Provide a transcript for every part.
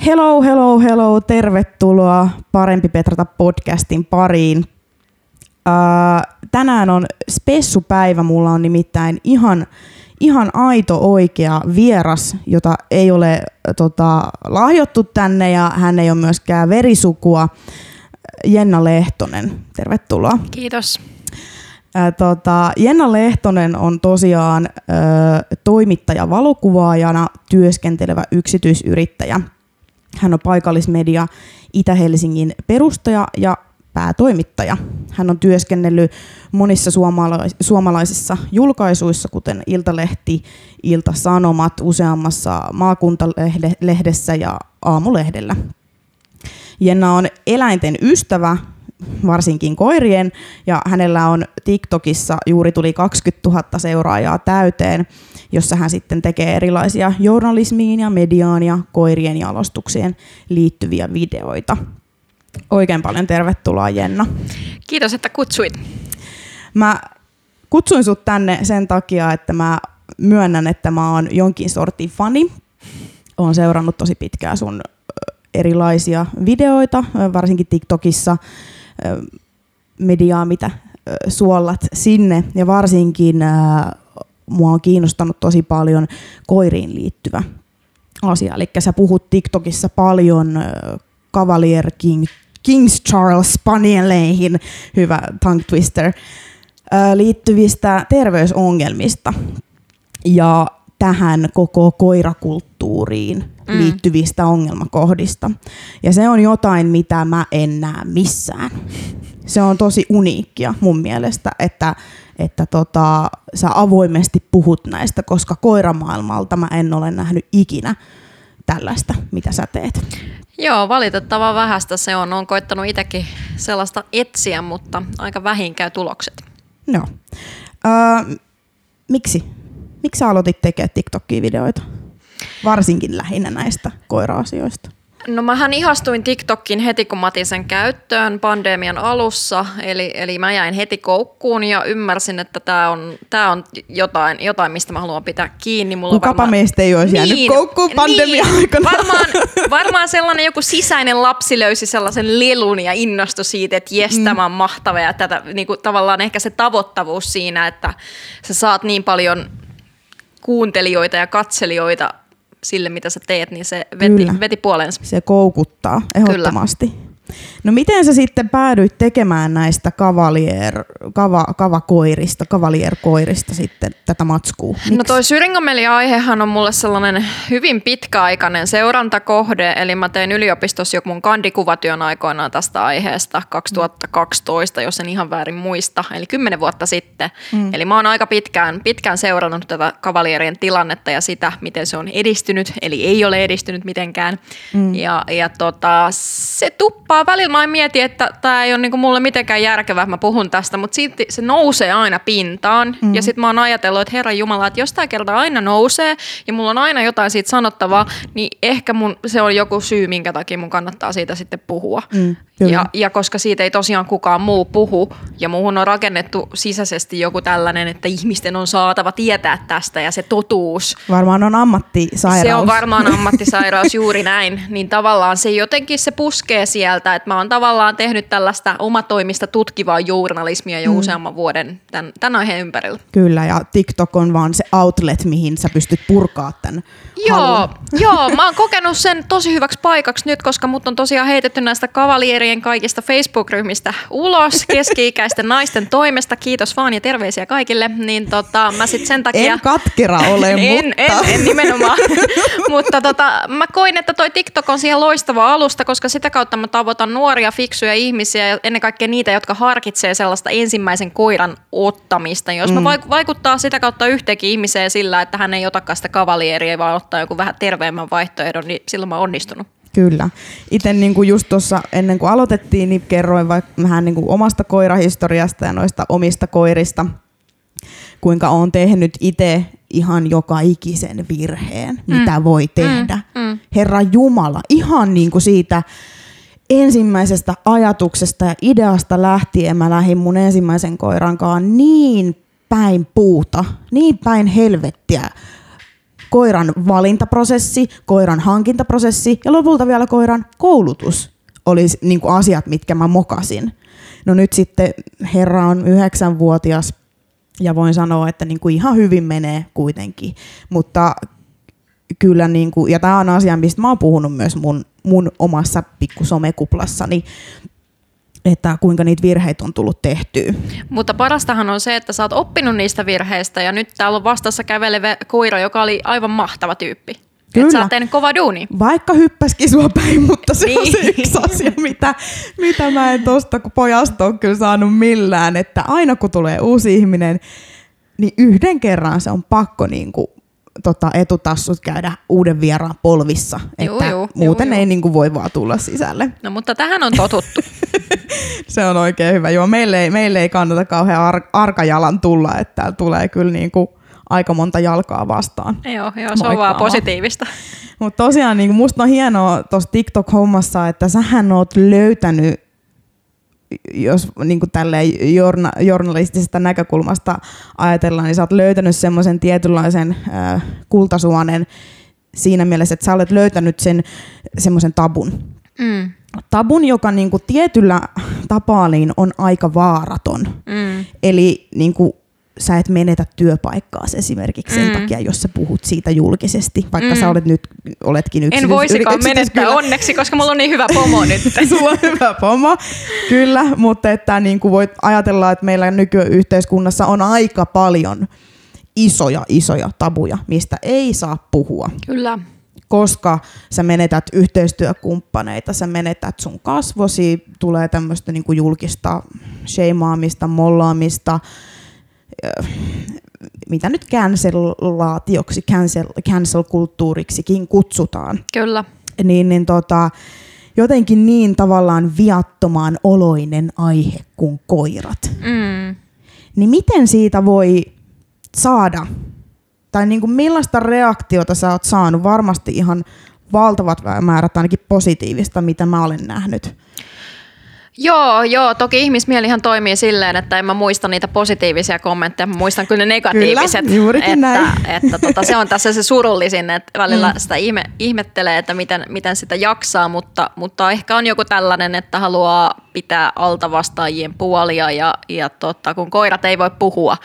Hello, tervetuloa Parempi Petrata podcastin pariin. Tänään on spessupäivä, mulla on nimittäin ihan aito oikea vieras, jota ei ole lahjottu tänne ja hän ei ole myöskään verisukua. Jenna Lehtonen, tervetuloa. Kiitos. Jenna Lehtonen on tosiaan toimittaja valokuvaajana työskentelevä yksityisyrittäjä. Hän on paikallismedia Itä-Helsingin perustaja ja päätoimittaja. Hän on työskennellyt monissa suomalaisissa julkaisuissa, kuten Iltalehti, Ilta-Sanomat, useammassa maakuntalehdessä ja Aamulehdellä. Jenna on eläinten ystävä, varsinkin koirien, ja hänellä on TikTokissa juuri tuli 20 000 seuraajaa täyteen, jossa hän sitten tekee erilaisia journalismiin ja mediaan ja koirien jalostukseen liittyviä videoita. Oikein paljon tervetuloa, Jenna. Kiitos, että kutsuit. Mä kutsuin sut tänne sen takia, että mä myönnän, että mä oon jonkin sortin fani. Oon seurannut tosi pitkään sun erilaisia videoita, varsinkin TikTokissa, mediaa, mitä suollat sinne, ja varsinkin mua on kiinnostanut tosi paljon koiriin liittyvä asia. Eli sä puhut TikTokissa paljon Cavalier King's Charles Spanieleihin, hyvä tongue twister, liittyvistä terveysongelmista ja tähän koko koirakulttuuriin liittyvistä ongelmakohdista. Ja se on jotain, mitä mä en näe missään. Se on tosi uniikkia mun mielestä, että sä avoimesti puhut näistä, koska koiramaailmalta mä en ole nähnyt ikinä tällaista, mitä sä teet. Joo, valitettavan vähäistä se on. Olen koittanut itsekin sellaista etsiä, mutta aika vähin käy tulokset. No. Miksi sä aloitit tekemään TikTok-videoita? Varsinkin lähinnä näistä koira-asioista. No mähän ihastuin TikTokin heti, kun mä otin sen käyttöön pandemian alussa. Eli mä jäin heti koukkuun ja ymmärsin, että tää on jotain, mistä mä haluan pitää kiinni. Kukapa meistä ei olisi jäänyt koukkuun pandemian aikana. Varmaan sellainen joku sisäinen lapsi löysi sellaisen lelun ja innostui siitä, että jes, tämä on mahtava. Ja tätä, niin kuin, tavallaan ehkä se tavoittavuus siinä, että sä saat niin paljon kuuntelijoita ja katselijoita sille, mitä sä teet, niin se veti puolensa. Se koukuttaa ehdottomasti. Kyllä. No miten sä sitten päädyit tekemään näistä kavalierkoirista sitten tätä matskua? Miksi? No toi Syringamelia-aihehan on mulle sellainen hyvin pitkäaikainen seurantakohde, eli mä tein yliopistossa jo mun kandikuvatyön aikoinaan tästä aiheesta 2012, jos en ihan väärin muista, eli 10 vuotta sitten. Eli mä oon aika pitkään seurannut tätä kavalierien tilannetta ja sitä, miten se on edistynyt, eli ei ole edistynyt mitenkään. Se tuppaa välillä mä mietin, että tämä ei ole niinku mulle mitenkään järkevää, mä puhun tästä, mutta siitä se nousee aina pintaan. Ja sitten mä oon ajatellut, että Herran Jumala, että jos tämä kerta aina nousee ja mulla on aina jotain siitä sanottavaa, niin ehkä se on joku syy, minkä takia mun kannattaa siitä sitten puhua. Ja koska siitä ei tosiaan kukaan muu puhu ja muuhun on rakennettu sisäisesti joku tällainen, että ihmisten on saatava tietää tästä ja se totuus. Varmaan on ammattisairaus. Se on varmaan ammattisairaus, juuri näin. Niin tavallaan se jotenkin se puskee sieltä, että mä oon tavallaan tehnyt tällaista omatoimista tutkivaa journalismia jo useamman vuoden tämän aiheen ympärillä. Kyllä, ja TikTok on vaan se outlet, mihin sä pystyt purkaa tämän Joo, mä oon kokenut sen tosi hyväksi paikaksi nyt, koska mut on tosiaan heitetty näistä kavalierien kaikista Facebook-ryhmistä ulos keski-ikäisten naisten toimesta. Kiitos vaan ja terveisiä kaikille. Niin mä sit sen takia... En katkera ole, En nimenomaan. Mutta mä koin, että toi TikTok on siihen loistava alusta, koska sitä kautta mä tavoitan nuoria, fiksuja ihmisiä ja ennen kaikkea niitä, jotka harkitsee sellaista ensimmäisen koiran ottamista. Jos mä vaikuttaa sitä kautta yhteenkin ihmiseen sillä, että hän ei otakaan sitä kavalieria, vaan ottaa joku vähän terveemmän vaihtoehdon, niin silloin mä oon onnistunut. Kyllä. Itse niin kuin just tuossa ennen kuin aloitettiin, niin kerroin vähän niin kuin omasta koirahistoriasta ja noista omista koirista, kuinka olen tehnyt itse ihan joka ikisen virheen, mitä voi tehdä. Herra Jumala, ihan niin kuin siitä ensimmäisestä ajatuksesta ja ideasta lähtien mä lähdin mun ensimmäisen koirankaan niin päin puuta, niin päin helvettiä koiran valintaprosessi, koiran hankintaprosessi ja lopulta vielä koiran koulutus oli niin kuin asiat, mitkä mä mokasin. No nyt sitten herra on 9-vuotias ja voin sanoa, että niin kuin ihan hyvin menee kuitenkin, mutta kyllä, niin kuin, ja tämä on asia, mistä mä oon puhunut myös mun omassa pikkusomekuplassani, että kuinka niitä virheitä on tullut tehtyä. Mutta parastahan on se, että sä oot oppinut niistä virheistä ja nyt täällä on vastassa kävelevä koira, joka oli aivan mahtava tyyppi. Että sä oot tehnyt kova duuni. Vaikka hyppäskin sua päin, mutta se on se yksi asia, mitä mä en tosta pojasta ole kyllä saanut millään. Että aina kun tulee uusi ihminen, niin yhden kerran se on pakko niinku, etutassut käydä uuden vieraan polvissa. Että muuten ei niinku voi vaan tulla sisälle. No mutta tähän on totuttu. Se on oikein hyvä. Joo, meille ei kannata kauhean arkajalan tulla, että täällä tulee kyllä niinku aika monta jalkaa vastaan. Joo, se on vaan positiivista. Mutta tosiaan niin musta on hienoa tuossa TikTok-hommassa, että sähän oot löytänyt, jos niin tälleen journalistisesta näkökulmasta ajatellaan, niin sä oot löytänyt semmoisen tietynlaisen kultasuonen siinä mielessä, että sä olet löytänyt sen semmoisen tabun. Tabun, joka niin kuin tietyllä tapaa niin on aika vaaraton. Eli niin kuin sä et menetä työpaikkaasi esimerkiksi sen takia, jos sä puhut siitä julkisesti, vaikka sä oletkin En voisikaan menettää onneksi, koska mulla on niin hyvä pomo nyt. Sulla on hyvä pomo, kyllä, mutta että niin kuin voit ajatella, että meillä nykyyhteiskunnassa on aika paljon isoja tabuja, mistä ei saa puhua. Kyllä. Koska sä menetät yhteistyökumppaneita, sä menetät sun kasvosi, tulee tämmöistä niin kuin julkista sheimaamista, mollaamista, mitä nyt cancelaatioksi, cancel-kulttuuriksikin kutsutaan. Kyllä. Jotenkin niin tavallaan viattomaan oloinen aihe kuin koirat. Niin miten siitä voi saada, tai niin kuin millaista reaktiota sä oot saanut? Varmasti ihan valtavat määrät ainakin positiivista, mitä mä olen nähnyt. Joo, toki ihmismielihan toimii silleen, että en mä muista niitä positiivisia kommentteja, mä muistan kyllä ne negatiiviset. Kyllä, juurikin näin. Että se on tässä se surullisin, että välillä sitä ihmettelee, että miten sitä jaksaa, mutta ehkä on joku tällainen, että haluaa pitää altavastaajien puolia ja kun koirat ei voi puhua.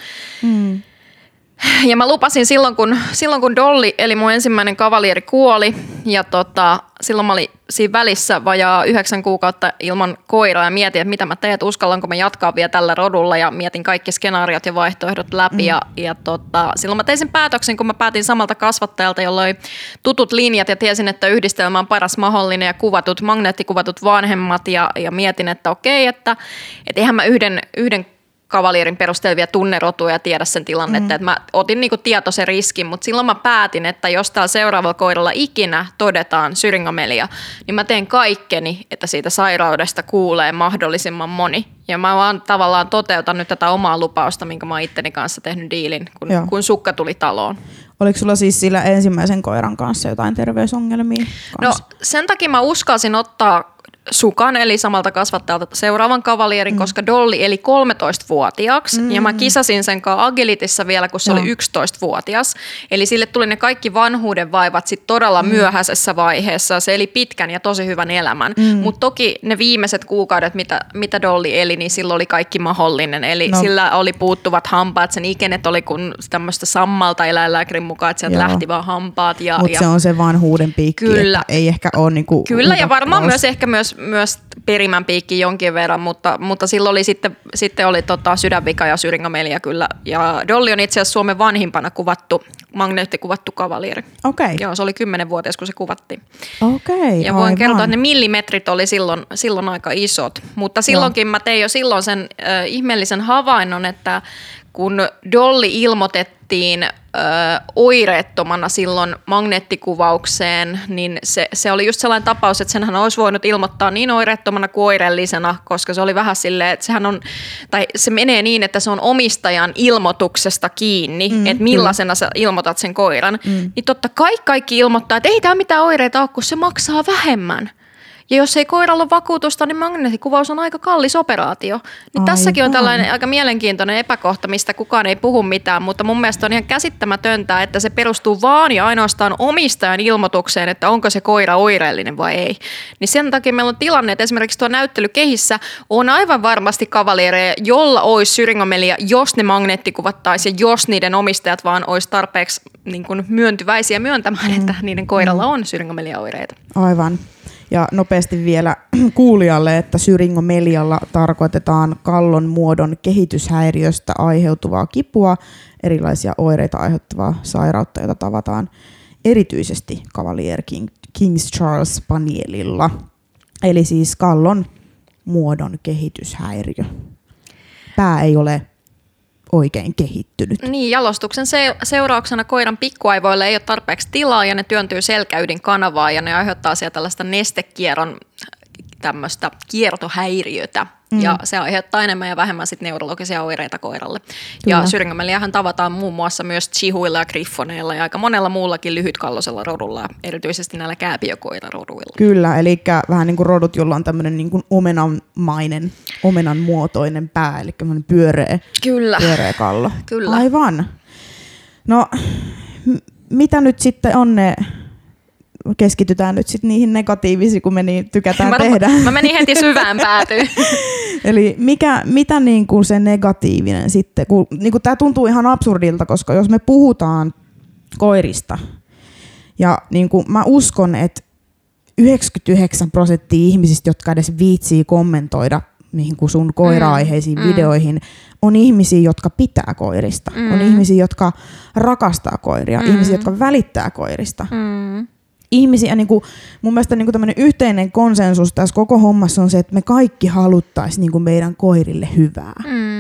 Ja mä lupasin silloin kun Dolly, eli mun ensimmäinen kavalieri, kuoli ja silloin mä olin siinä välissä vajaa 9 kuukautta ilman koiraa ja mietin, että mitä mä teen, että uskallanko mä jatkaa vielä tällä rodulla ja mietin kaikki skenaariot ja vaihtoehdot läpi ja silloin mä tein sen päätöksen, kun mä päätin samalta kasvattajalta, jolla oli tutut linjat ja tiesin, että yhdistelmä on paras mahdollinen ja magneettikuvatut vanhemmat ja mietin, että okei, että eihän mä yhden kavalierin perusteella tunnerotuja ja tiedä sen tilannetta, että mä otin niinku tietoisen riskin, mutta silloin mä päätin, että jos täällä seuraavalla koiralla ikinä todetaan syringomelia, niin mä teen kaikkeni, että siitä sairaudesta kuulee mahdollisimman moni. Ja mä vaan tavallaan toteutan nyt tätä omaa lupausta, minkä mä oon itteni kanssa tehnyt diilin, kun sukka tuli taloon. Oliko sulla siis sillä ensimmäisen koiran kanssa jotain terveysongelmia? No sen takia mä uskalsin ottaa Sukan, eli samalta kasvattajalta seuraavan kavalierin, koska Dolly eli 13-vuotiaaksi ja mä kisasin sen kanssa agilitissa vielä, kun se oli 11-vuotias. Eli sille tuli ne kaikki vanhuuden vaivat sit todella myöhäisessä vaiheessa. Se eli pitkän ja tosi hyvän elämän. Mutta toki ne viimeiset kuukaudet, mitä Dolly eli, niin silloin oli kaikki mahdollinen. Eli sillä oli puuttuvat hampaat, sen ikenet oli kun tämmöistä sammalta eläinlääkärin mukaan, että sieltä lähti vaan hampaat. Mutta se on se vanhuuden piikki, kyllä. Että ei ehkä ole niinku... Kyllä, ja varmaan myös perimän piikki jonkin verran, mutta silloin oli sitten oli sydänvika ja syringomelia kyllä. Ja Dolly on itse asiassa Suomen vanhimpana magneettikuvattu kavalieri. Okei. Joo, se oli 10-vuotias, kun se kuvattiin. Okei, ja voin kertoa, että ne millimetrit oli silloin aika isot. Mutta silloinkin mä tein jo silloin sen ihmeellisen havainnon, että kun Dolly ilmoitettiin oireettomana silloin magneettikuvaukseen, niin se oli just sellainen tapaus, että senhän olisi voinut ilmoittaa niin oireettomana kuin oireellisena, koska se oli vähän silleen, että se menee niin, että se on omistajan ilmoituksesta kiinni, että millaisena sä ilmoitat sen koiran. Niin totta kai kaikki ilmoittaa, että ei tää mitään oireita ole, kun se maksaa vähemmän. Ja jos ei koiralla ole vakuutusta, niin magneettikuvaus on aika kallis operaatio. Niin tässäkin on tällainen aika mielenkiintoinen epäkohta, mistä kukaan ei puhu mitään, mutta mun mielestä on ihan käsittämätöntä, että se perustuu vaan ja ainoastaan omistajan ilmoitukseen, että onko se koira oireellinen vai ei. Niin sen takia meillä on tilanne, että esimerkiksi tuo näyttelykehissä on aivan varmasti kavaliereja, jolla olisi syringomelia, jos ne magneettikuvattaisiin ja jos niiden omistajat vaan olisi tarpeeksi niin kuin myöntyväisiä myöntämään, että niiden koiralla on syringomeliaoireita. Aivan. Ja nopeasti vielä kuulijalle, että syringomelialla tarkoitetaan kallon muodon kehityshäiriöstä aiheutuvaa kipua, erilaisia oireita aiheuttavaa sairautta, jota tavataan erityisesti Cavalier King's Charles Spanielilla. Eli siis kallon muodon kehityshäiriö. Pää ei ole oikein kehittynyt. Niin, jalostuksen seurauksena koiran pikkuaivoille ei ole tarpeeksi tilaa ja ne työntyy selkäydin kanavaan ja ne aiheuttaa siellä tällaista nestekierron tämmöistä kiertohäiriötä. Ja se aiheuttaa enemmän ja vähemmän sit neurologisia oireita koiralle. Kyllä. Ja syringomeliahan tavataan muun muassa myös chihuilla ja griffoneilla ja aika monella muullakin lyhytkallosella rodulla, erityisesti näillä kääpiökoiraroduilla. Kyllä, eli vähän niin kuin rodut, jolla on tämmöinen niin kuin omenanmainen, omenan muotoinen pää, eli pyöreä kallo. Kyllä. Aivan. No, mitä nyt sitten on ne... Keskitytään nyt sitten niihin negatiivisiin, kun me niin tykätään tehdä. Mä menin heti syvään päätyyn. Eli mitä niin kuin se negatiivinen sitten, kun niin kuin tämä tuntuu ihan absurdilta, koska jos me puhutaan koirista, ja niin kuin mä uskon, että 99% ihmisistä, jotka edes viitsii kommentoida niin kuin sun koira-aiheisiin videoihin, on ihmisiä, jotka pitää koirista. On ihmisiä, jotka rakastaa koiria, ihmisiä, jotka välittää koirista. Ihmisiä, niin kuin, mun mielestä niin kuin tämmöinen yhteinen konsensus tässä koko hommassa on se, että me kaikki haluttaisiin niin kuin meidän koirille hyvää.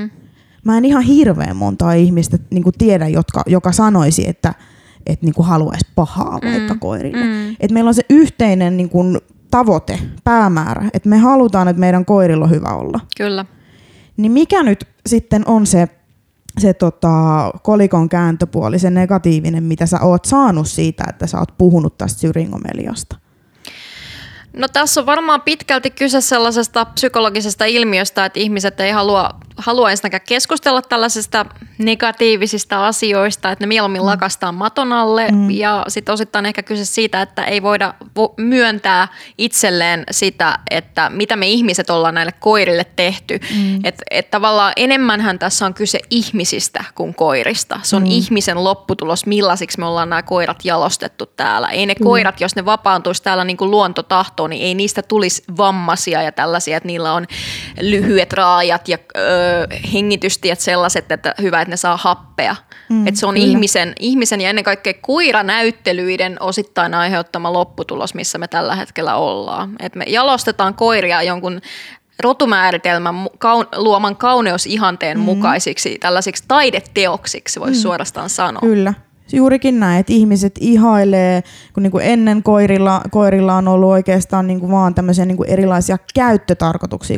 Mä en ihan hirveän montaa ihmistä niin kuin tiedä, joka sanoisi, että niin kuin haluaisi pahaa vaikka koirille. Että meillä on se yhteinen niin kuin tavoite, päämäärä, että me halutaan, että meidän koirilla on hyvä olla. Kyllä. Niin mikä nyt sitten on se kolikon kääntöpuoli, se negatiivinen, mitä sä oot saanut siitä, että sä oot puhunut tästä syringomeliasta? No tässä on varmaan pitkälti kyse sellaisesta psykologisesta ilmiöstä, että ihmiset ei halua ensinnäkään keskustella tällaisista negatiivisista asioista, että ne mieluummin lakastaa maton alle ja sitten osittain ehkä kyse siitä, että ei voida myöntää itselleen sitä, että mitä me ihmiset ollaan näille koirille tehty. Että tavallaan enemmänhän tässä on kyse ihmisistä kuin koirista. Se on ihmisen lopputulos, millaisiksi me ollaan nämä koirat jalostettu täällä. Ei ne koirat, jos ne vapaantuisi täällä niin kuin luonto tahtoo, niin ei niistä tulisi vammaisia ja tällaisia, että niillä on lyhyet raajat ja hengitystiet sellaiset, että hyvä, että ne saa happea. Että se on ihmisen ja ennen kaikkea koiranäyttelyiden osittain aiheuttama lopputulos, missä me tällä hetkellä ollaan. Että me jalostetaan koiria jonkun rotumääritelmän luoman kauneusihanteen mukaisiksi, tällaisiksi taideteoksiksi voisi suorastaan sanoa. Kyllä. Juurikin näin, että ihmiset ihailee, kun niinku ennen koirilla on ollut oikeastaan niinku vaan tämmöisiä niinku erilaisia käyttötarkoituksia.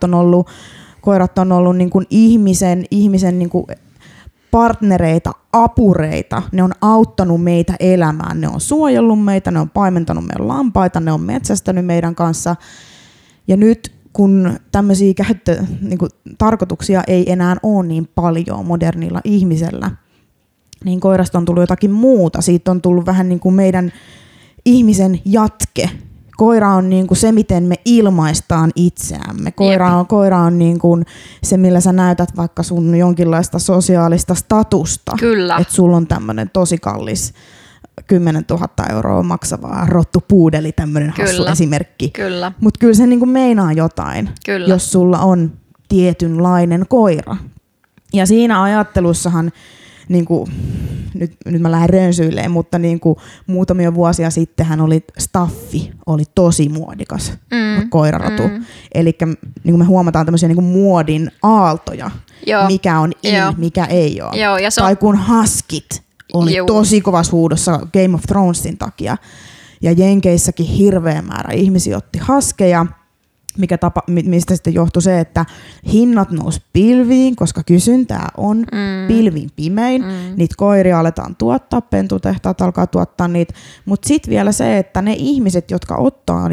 Koirat on ollut niinku ihmisen niinku partnereita, apureita. Ne on auttanut meitä elämään. Ne on suojellut meitä, ne on paimentanut meidän lampaita, ne on metsästänyt meidän kanssa. Ja nyt kun tämmöisiä käyttötarkoituksia ei enää ole niin paljon modernilla ihmisellä, niin koirasta on tullut jotakin muuta. Siitä on tullut vähän niin kuin meidän ihmisen jatke. Koira on niin kuin se, miten me ilmaistaan itseämme. Koira on niin kuin se, millä sä näytät vaikka sun jonkinlaista sosiaalista statusta. Kyllä. Että sulla on tämmöinen tosi kallis 10 000 € maksavaa rottupuudeli, tämmöinen hassu esimerkki. Kyllä. Mutta kyllä se niin kuin meinaa jotain, jos sulla on tietynlainen koira. Ja siinä ajattelussahan niin kuin, nyt mä lähden rönsyilemään, mutta niin kuin muutamia vuosia sitten hän oli Staffi, oli tosi muodikas koirarotu. Eli niin kuin me huomataan tämmöisiä niin kuin muodin aaltoja, mikä on mikä ei ole. Tai kun Huskit oli tosi kovassa huudossa Game of Thronesin takia. Ja Jenkeissäkin hirveä määrä ihmisiä otti huskeja, mistä sitten johtui se, että hinnat nousi pilviin, koska kysyntää on pilvin pimein. Niitä koiria aletaan tuottaa, pentutehtaat alkaa tuottaa niitä. Mutta sitten vielä se, että ne ihmiset, jotka ottaa niitä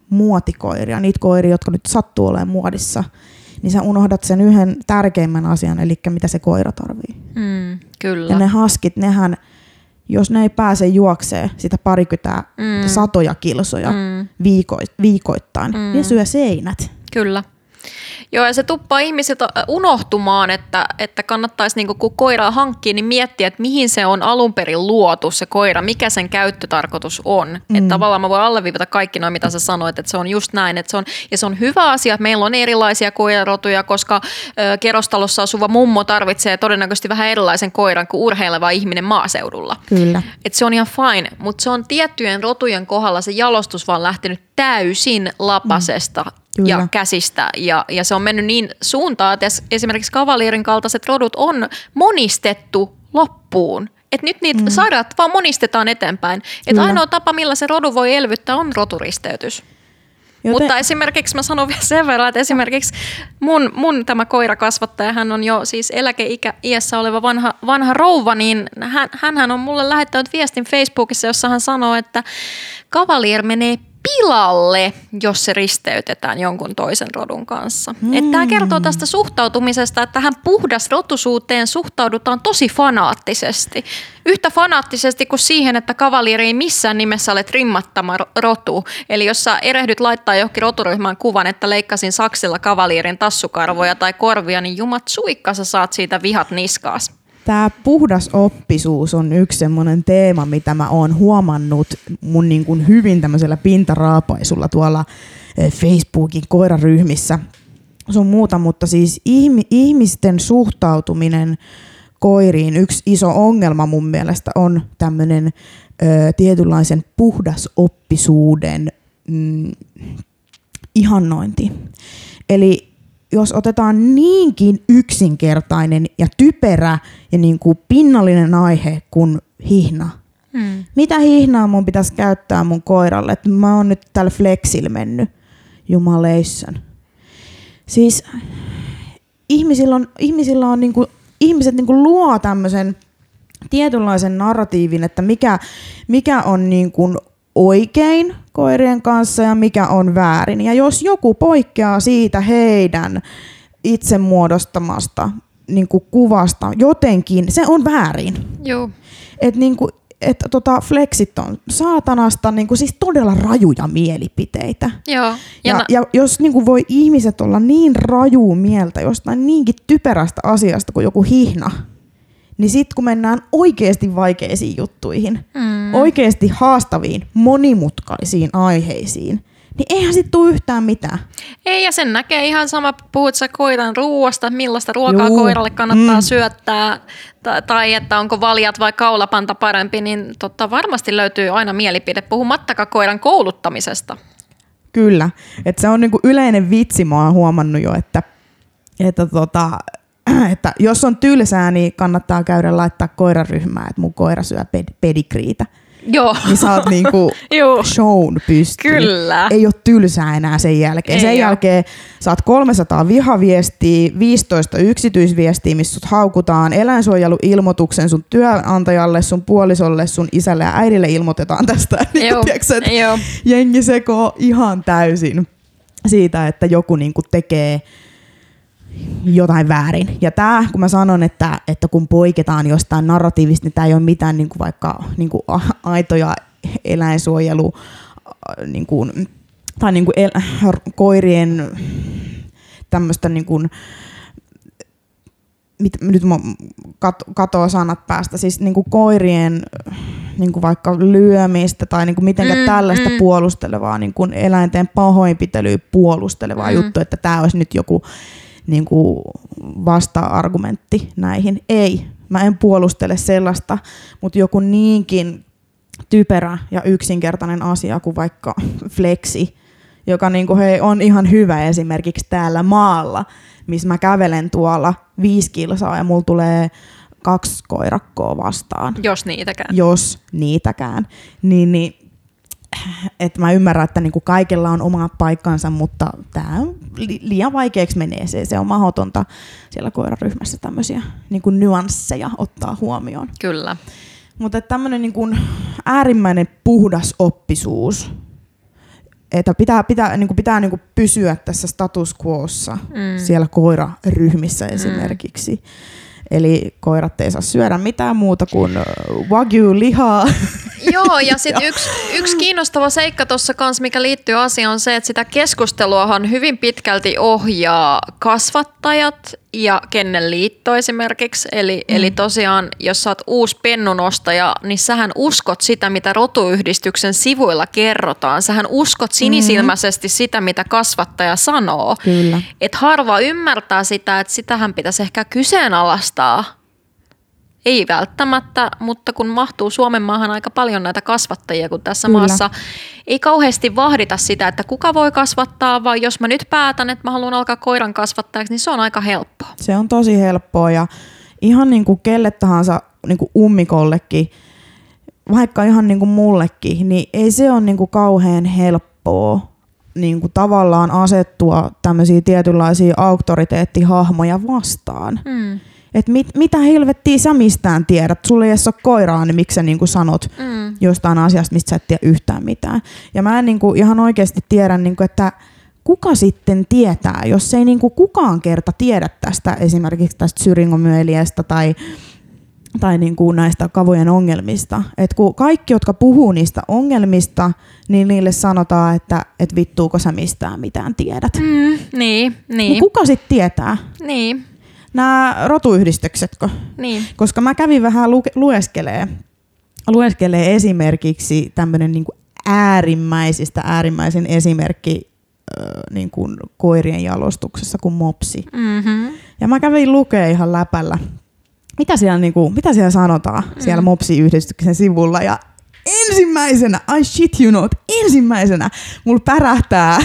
muotikoiria, niitä koiria, jotka nyt sattuu olemaan muodissa, niin sä unohdat sen yhden tärkeimmän asian, eli mitä se koira tarvii. Kyllä. Ja ne haskit, nehän, jos ne ei pääse juokseen sitä parikymmentä satoja kilsoja viikoittain, ne syö seinät. Kyllä. Joo, ja se tuppaa ihmiset unohtumaan, että kannattaisi niinku, kun koiraa hankkii, niin miettiä, että mihin se on alun perin luotu se koira, mikä sen käyttötarkoitus on. Että tavallaan mä voin alleviivata kaikki noin, mitä sä sanoit, että se on just näin. Että se on hyvä asia, että meillä on erilaisia koirarotuja, koska kerrostalossa asuva mummo tarvitsee todennäköisesti vähän erilaisen koiran kuin urheileva ihminen maaseudulla. Kyllä. Että se on ihan fine, mutta se on tiettyjen rotujen kohdalla se jalostus vaan lähtenyt täysin lapasesta. Kyllä. Ja käsistä ja se on mennyt niin suuntaan, että esimerkiksi kavalierin kaltaiset rodut on monistettu loppuun. Että nyt niitä sairaat vaan monistetaan eteenpäin. Että ainoa tapa, millä se rodu voi elvyttää, on roturisteytys. Mutta esimerkiksi mä sanon vielä sen verran, että esimerkiksi mun tämä koirakasvattaja, hän on jo siis eläkeiässä oleva vanha rouva, niin hän on mulle lähettänyt viestin Facebookissa, jossa hän sanoo, että kavalier menee pilalle, jos se risteytetään jonkun toisen rodun kanssa. Tämä kertoo tästä suhtautumisesta, että tähän puhdasrotuisuuteen suhtaudutaan tosi fanaattisesti. Yhtä fanaattisesti kuin siihen, että kavalieri ei missään nimessä ole trimmattama rotu. Eli jos sä erehdyt laittaa johonkin roturyhmään kuvan, että leikkasin saksilla kavalierin tassukarvoja tai korvia, niin jumat suikka, sä saat siitä vihat niskaas. Tämä puhdasoppisuus on yksi semmoinen teema, mitä mä oon huomannut mun niin kuin hyvin tämmöisellä pintaraapaisulla tuolla Facebookin koiraryhmissä. Se on muuta, mutta siis ihmisten suhtautuminen koiriin, yksi iso ongelma mun mielestä on tämmöinen tietynlaisen puhdasoppisuuden ihannointi. Eli jos otetaan niinkin yksinkertainen ja typerä ja niin kuin pinnallinen aihe kuin hihna. Mitä hihnaa mun pitäisi käyttää mun koiralle? Että mä oon nyt tällä flexillä mennyt. Jumaleissaan. Siis ihmisillä on niinku, ihmiset niinku luo tämmöisen tietynlaisen narratiivin, että mikä on niinku oikein koirien kanssa ja mikä on väärin. Ja jos joku poikkeaa siitä heidän itse muodostamasta niin kuin kuvasta jotenkin, se on väärin. Joo. Flexit on saatanasta niin kuin siis todella rajuja mielipiteitä. Joo. Ja jos niin kuin voi ihmiset olla niin rajua mieltä jostain niinkin typerästä asiasta kuin joku hihna, niin sitten kun mennään oikeasti vaikeisiin juttuihin, oikeasti haastaviin, monimutkaisiin aiheisiin, niin eihän sit tule yhtään mitään. Ei, ja sen näkee ihan sama, puhut sä koiran ruuasta, millaista ruokaa koiralle kannattaa syöttää, tai että onko valjat vai kaulapanta parempi, niin varmasti löytyy aina mielipide, puhumattakaan koiran kouluttamisesta. Kyllä, että se on niinku yleinen vitsi, mä oon huomannut jo, että jos on tylsää, niin kannattaa käydä laittaa koiraryhmää, että mun koira syö pedigreetä. Joo. Niin sä oot niinku shown pystyyn. Kyllä. Ei ole tylsää enää sen jälkeen. Sen jälkeen saat 300 vihaviestiä, 15 yksityisviestiä, missä sut haukutaan, eläinsuojeluilmoituksen sun työnantajalle, sun puolisolle, sun isälle ja äidille ilmoitetaan tästä. Niin jengi sekoo ihan täysin siitä, että joku niinku tekee jotain väärin. Ja tämä, kun mä sanon, että kun poiketaan jostain narratiivista, niin tämä ei ole mitään niin kuin vaikka niin kuin aitoja eläinsuojelu niin kuin, tai niin kuin koirien tämmöistä niin kuin, nyt mä katoo sanat päästä, siis niin kuin koirien niin kuin vaikka lyömistä tai niin kuin mitenkä tällaista puolustelevaa, niin kuin eläinten pahoinpitelyä puolustelevaa juttu, että tämä olisi nyt joku niin kuin vasta-argumentti näihin. Ei, mä en puolustele sellaista, mutta joku niinkin typerä ja yksinkertainen asia kuin vaikka flexi, joka niin kuin, on ihan hyvä esimerkiksi täällä maalla, missä mä kävelen tuolla 5 kilsaa ja mulla tulee 2 koirakkoa vastaan. Jos niitäkään. Niin että mä ymmärrän, että niinku kaikella on oma paikkansa, mutta tämä liian vaikeaksi menee. Se on mahdotonta siellä koiraryhmässä tämmöisiä niinku nyansseja ottaa huomioon. Kyllä. Mutta tämmöinen niinku äärimmäinen puhdas oppisuus, että pitää niin kuin pysyä tässä status quossa siellä koiraryhmissä esimerkiksi. Eli koirat ei saa syödä mitään muuta kuin wagyu-lihaa. Joo, ja sitten yksi kiinnostava seikka tuossa kanssa, mikä liittyy asiaan, on se, että sitä keskusteluahan hyvin pitkälti ohjaa kasvattajat ja Kennelliitto esimerkiksi. Eli tosiaan, jos sä oot uusi pennunostaja, niin sähän uskot sitä, mitä rotuyhdistyksen sivuilla kerrotaan. Sähän uskot sinisilmäisesti sitä, mitä kasvattaja sanoo. Kyllä. Et harva ymmärtää sitä, että sitähän pitäisi ehkä kyseenalaistaa. Ei välttämättä, mutta kun mahtuu Suomen maahan aika paljon näitä kasvattajia, kun tässä maassa ei kauheasti vahdita sitä, että kuka voi kasvattaa, vaan jos mä nyt päätän, että mä haluan alkaa koiran kasvattajaksi, niin se on aika helppoa. Se on tosi helppoa ja ihan niin kuin kelle tahansa niin kuin ummikollekin, vaikka ihan niin kuin mullekin, niin ei se ole niin kuin kauhean helppoa niin kuin tavallaan asettua tämmöisiä tietynlaisia auktoriteettihahmoja vastaan. Että mitä helvettiä sä mistään tiedät? Sulla ei edes ole koiraa, niin miksi sä niinku sanot jostain asiasta, mistä sä et tiedä yhtään mitään? Ja mä en niinku ihan oikeasti tiedä, niinku, että kuka sitten tietää, jos ei niinku kukaan kerta tiedä tästä esimerkiksi tästä syringomyeliästä tai niinku näistä kavojen ongelmista. Et kun kaikki, jotka puhuu niistä ongelmista, niin niille sanotaan, että et vittuuko sä mistään mitään tiedät. Niin. Kuka sitten tietää? Niin. Nämä rotuyhdistyksetkö? Niin. Koska mä kävin vähän lueskelee esimerkiksi tämmöinen niin kuin äärimmäisen esimerkki niin kuin koirien jalostuksessa kuin mopsi. Ja mä kävin lukea ihan läpällä, mitä siellä sanotaan siellä mopsiyhdistyksen sivulla. Ja ensimmäisenä, I shit you not, mulla pärähtää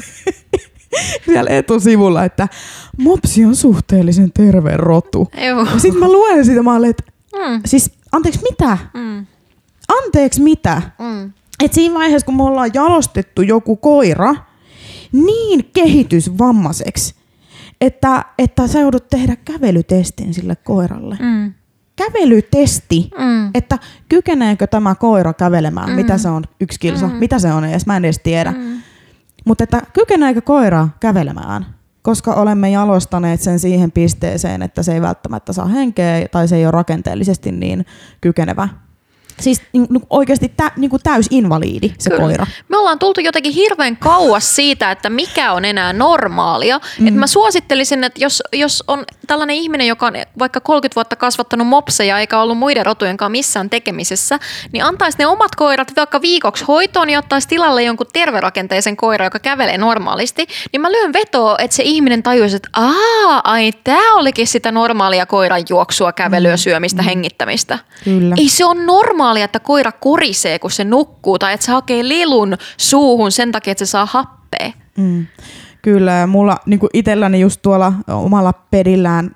siellä etusivulla, että mopsi on suhteellisen terve rotu. Ja sit mä luen sitä, mä olen, että siis anteeksi mitä? Anteeksi mitä? Et siinä vaiheessa, kun me ollaan jalostettu joku koira niin kehitysvammaiseksi, että sä joudut tehdä kävelytestin sille koiralle. Kävelytesti, että kykeneekö tämä koira kävelemään, mitä se on 1 kilsa, mitä se on edes, mä en edes tiedä. Mutta että kykeneekö koira kävelemään, koska olemme jalostaneet sen siihen pisteeseen, että se ei välttämättä saa henkeä tai se ei ole rakenteellisesti niin kykenevä. Siis oikeasti täysinvaliidi se koira. Me ollaan tultu jotenkin hirveän kauas siitä, että mikä on enää normaalia. Et mä suosittelisin, että jos on tällainen ihminen, joka on vaikka 30 vuotta kasvattanut mopseja eikä ollut muiden rotujen kanssa missään tekemisessä, niin antaisi ne omat koirat vaikka viikoksi hoitoon ja ottaisi tilalle jonkun terverakenteisen koira, joka kävelee normaalisti. Niin mä lyön vetoa, että se ihminen tajuisi, että tää olikin sitä normaalia koiran juoksua, kävelyä, syömistä, hengittämistä. Kyllä. Ei se on normaalia, että koira korisee, kun se nukkuu, tai että se hakee lilun suuhun sen takia, että se saa happea. Kyllä, ja mulla niin itselläni just tuolla omalla pedillään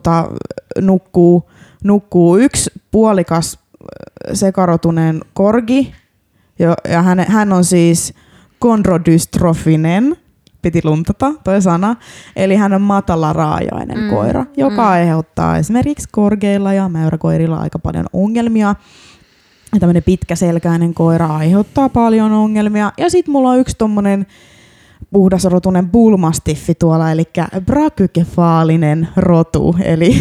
nukkuu yksi puolikas sekarotuneen korgi, ja hän on siis kondrodystrofinen, piti luntata toi sana, eli hän on matalaraajainen koira, joka aiheuttaa esimerkiksi korgeilla ja mäyräkoirilla aika paljon ongelmia. Tämmöinen pitkäselkäinen koira aiheuttaa paljon ongelmia. Ja sitten mulla on yksi tommonen puhdasrotunen bullmastiffi tuolla, eli brachykefaalinen rotu.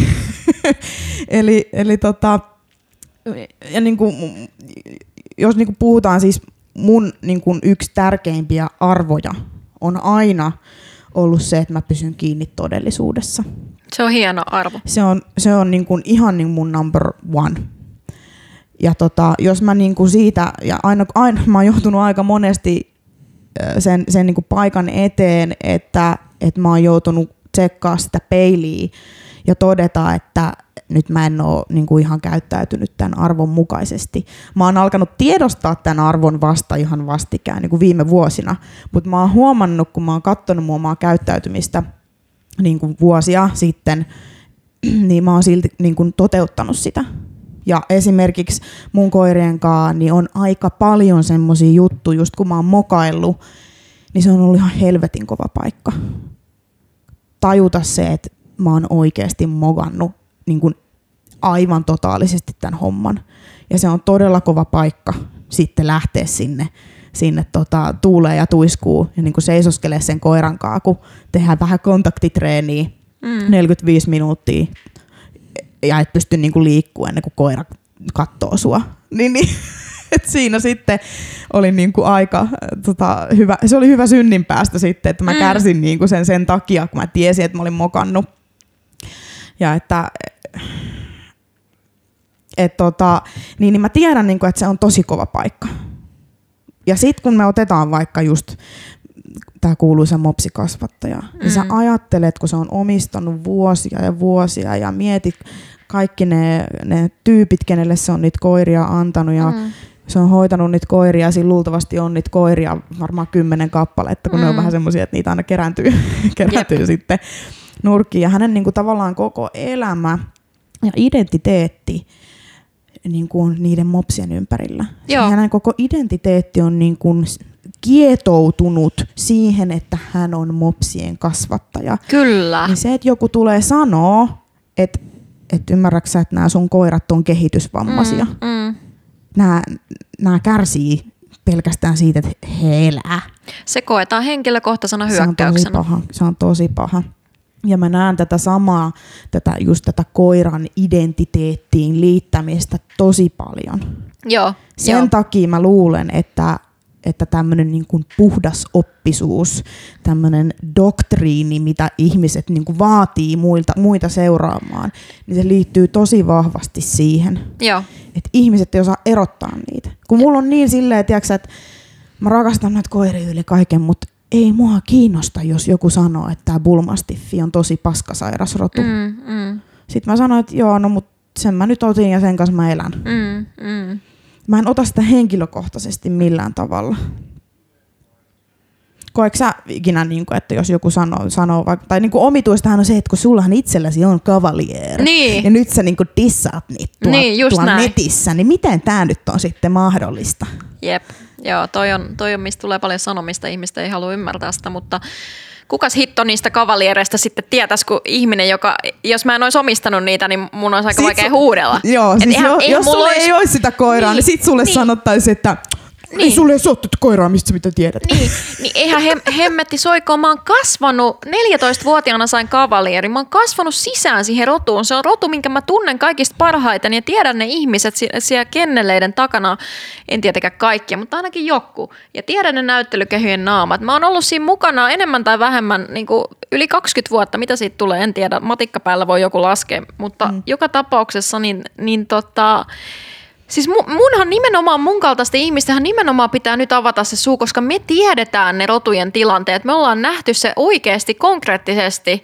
Ja niinku, jos niinku puhutaan siis mun niinku yksi tärkeimpiä arvoja on aina ollut se, että mä pysyn kiinni todellisuudessa. Se on hieno arvo. Se on niinku ihan niin mun number one. Ja jos mä niinku siitä, ja aina mä oon joutunut aika monesti sen niinku paikan eteen, että mä oon joutunut tsekkaa sitä peiliä ja todeta, että nyt mä en ole niinku ihan käyttäytynyt tämän arvon mukaisesti. Mä oon alkanut tiedostaa tämän arvon vasta ihan vastikään niinku viime vuosina, mutta mä oon huomannut, kun mä oon katsonut mun omaa käyttäytymistä niinku vuosia sitten, niin mä oon silti niinku toteuttanut sitä. Ja esimerkiksi mun koirien kanssa niin on aika paljon semmosia juttuja, just kun mä oon mokaillut, niin se on ollut ihan helvetin kova paikka. Tajuta se, että mä oon oikeasti mokannut niin kuin aivan totaalisesti tämän homman. Ja se on todella kova paikka sitten lähteä sinne tuuleen ja tuiskuu ja niin kuin seisoskelee sen koiran kanssa, kun tehdään vähän kontaktitreeniä 45 minuuttia ja et pysty niin kuin liikkua ennen kuin koira katsoo sua. Niin. Et siinä sitten oli niinku aika hyvä, se oli hyvä synninpäästö sitten, että mä kärsin niinku sen takia, kun mä tiesin, että mä olin mokannut. Ja niin mä tiedän, niinku, että se on tosi kova paikka. Ja sit kun me otetaan vaikka just tää kuuluisa mopsikasvattaja, niin sä ajattelet, kun se on omistanut vuosia ja vuosia ja mietit kaikki ne tyypit, kenelle se on niitä koiria antanut ja se on hoitanut niitä koiria ja siinä luultavasti on niitä koiria varmaan 10 kappaletta, kun ne on vähän semmoisia, että niitä aina kerääntyy sitten nurkkiin. Ja hänen niinku tavallaan koko elämä ja identiteetti niinku niiden mopsien ympärillä. Hänen koko identiteetti on niinku kietoutunut siihen, että hän on mopsien kasvattaja. Kyllä. Niin se, että joku tulee sanoa, että ymmärrätkö sä, että nämä sun koirat on kehitysvammaisia. Nämä kärsii pelkästään siitä, että he elää. Se koetaan henkilökohtaisena hyökkäyksenä. Se on tosi paha. Ja mä näen tätä samaa, tätä koiran identiteettiin liittämistä tosi paljon. Joo. Sen takia mä luulen, että tämmöinen niin kuin puhdas oppisuus, tämmöinen doktriini, mitä ihmiset niin kuin vaatii muita seuraamaan, niin se liittyy tosi vahvasti siihen, että ihmiset ei osaa erottaa niitä. Kun mulla on niin silleen, että mä rakastan näitä koiria yli kaiken, mutta ei mua kiinnosta, jos joku sanoo, että tämä bullmastiffi on tosi paskasairas rotu. Sitten mä sanoin, että joo, no mut sen mä nyt otin ja sen kanssa mä elän. Mä en ota sitä henkilökohtaisesti millään tavalla. Koetko sä ikinä, että jos joku sanoo vaikka, tai omituistahan on se, että kun sullahan itselläsi on Cavalier, ja nyt sä dissaat niitä tuolla netissä, niin miten tää nyt on sitten mahdollista? Jep, joo, toi on mistä tulee paljon sanomista, ihmistä ei halua ymmärtää sitä, mutta kukas hitto niistä kavaliereista sitten tietäisi, kun ihminen, jos mä en olisi omistanut niitä, niin mun olisi aika vaikea huudella. Joo, siis jos sulle ei olisi sitä koiraa, niin sit sulle sanottaisiin, että ei sulle ei ole tätä koiraa, mistä sä mitä tiedät. Niin eihän hemmetti soikoon. Mä oon kasvanut, 14-vuotiaana sain kavalierin. Mä oon kasvanut sisään siihen rotuun. Se on rotu, minkä mä tunnen kaikista parhaiten ja tiedän ne ihmiset siellä kenneleiden takana. En tietenkään kaikkia, mutta ainakin joku. Ja tiedän ne näyttelykehyjen naamat. Mä oon ollut siinä mukana enemmän tai vähemmän niin kuin yli 20 vuotta. Mitä siitä tulee, en tiedä. Matikkapäällä voi joku laskea. Mutta joka tapauksessa siis munhan nimenomaan, mun kaltaisten ihmistenhän nimenomaan pitää nyt avata se suu, koska me tiedetään ne rotujen tilanteet. Me ollaan nähty se oikeasti, konkreettisesti,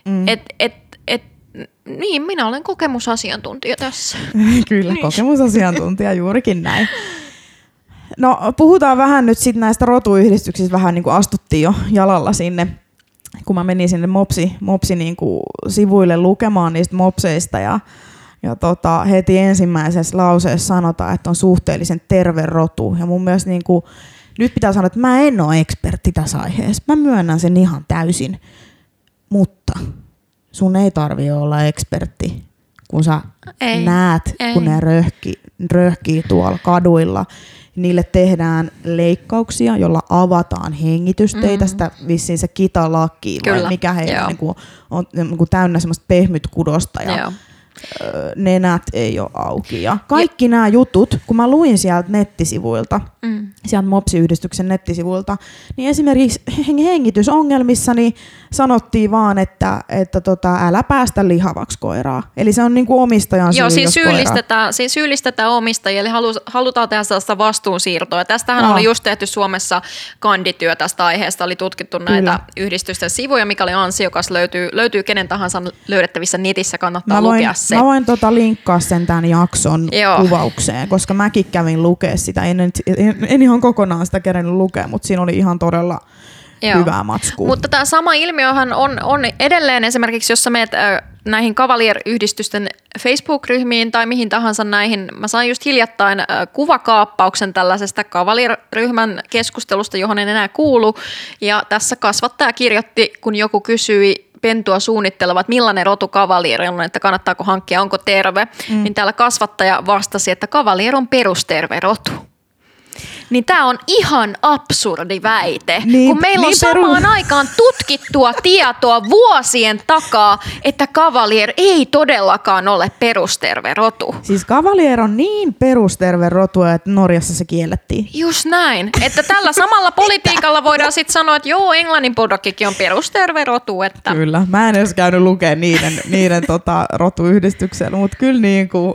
niin minä olen kokemusasiantuntija tässä. Kyllä, kokemusasiantuntija juurikin näin. No puhutaan vähän nyt sitten näistä rotuyhdistyksistä, vähän niin kuin astuttiin jo jalalla sinne, kun mä menin sinne mopsi niin kuin sivuille lukemaan niistä mopseista ja heti ensimmäisessä lauseessa sanotaan, että on suhteellisen terve rotu. Ja mun mielestä nyt pitää sanoa, että mä en ole ekspertti tässä aiheessa. Mä myönnän sen ihan täysin. Mutta sun ei tarvitse olla ekspertti, kun sä näet, kun ne röhkii tuolla kaduilla. Niille tehdään leikkauksia, jolla avataan hengitysteitä, sitä vissiin se kitalakki, vai mikä heillä on täynnä semmoista pehmytkudosta ja nenät ei ole auki. Ja kaikki nämä jutut, kun mä luin sieltä nettisivuilta, sieltä mopsiyhdistyksen nettisivuilta, niin esimerkiksi hengitysongelmissa niin sanottiin vaan, että älä päästä lihavaksi koiraa. Eli se on niin kuin omistajan syy, siis syyllistetään omistajia, eli halutaan tehdä sellaista vastuunsiirtoa. Tästähän oli just tehty Suomessa kandityö tästä aiheesta, oli tutkittu näitä yhdistysten sivuja, mikä oli ansiokas, löytyy kenen tahansa löydettävissä netissä, kannattaa lukea se. Mä voin linkkaa sen tämän jakson kuvaukseen, koska mäkin kävin lukea sitä. En ihan kokonaan sitä kerennyt lukea, mutta siinä oli ihan todella hyvää matskua. Mutta tämä sama ilmiöhän on edelleen esimerkiksi, jos sä meet näihin Cavalier-yhdistysten Facebook-ryhmiin tai mihin tahansa näihin. Mä sain just hiljattain kuvakaappauksen tällaisesta Cavalier-ryhmän keskustelusta, johon en enää kuulu. Ja tässä kasvattaja kirjoitti, kun joku kysyi pentua suunnittelevat, millainen rotu Cavalier on, että kannattaako hankkia, onko terve, niin täällä kasvattaja vastasi, että Cavalier on perusterve rotu. niin tää on ihan absurdi väite, kun meillä on samaan aikaan tutkittua tietoa vuosien takaa, että Cavalier ei todellakaan ole perusterve rotu. Siis Cavalier on niin perusterve rotu, että Norjassa se kiellettiin. Just näin, että tällä samalla politiikalla voidaan sitten sanoa, että joo, Englannin bulldogkikin on perusterve rotu. Että... Kyllä, mä en edes käynyt lukemaan niiden rotuyhdistyksellä, mutta kyllä niin kuin...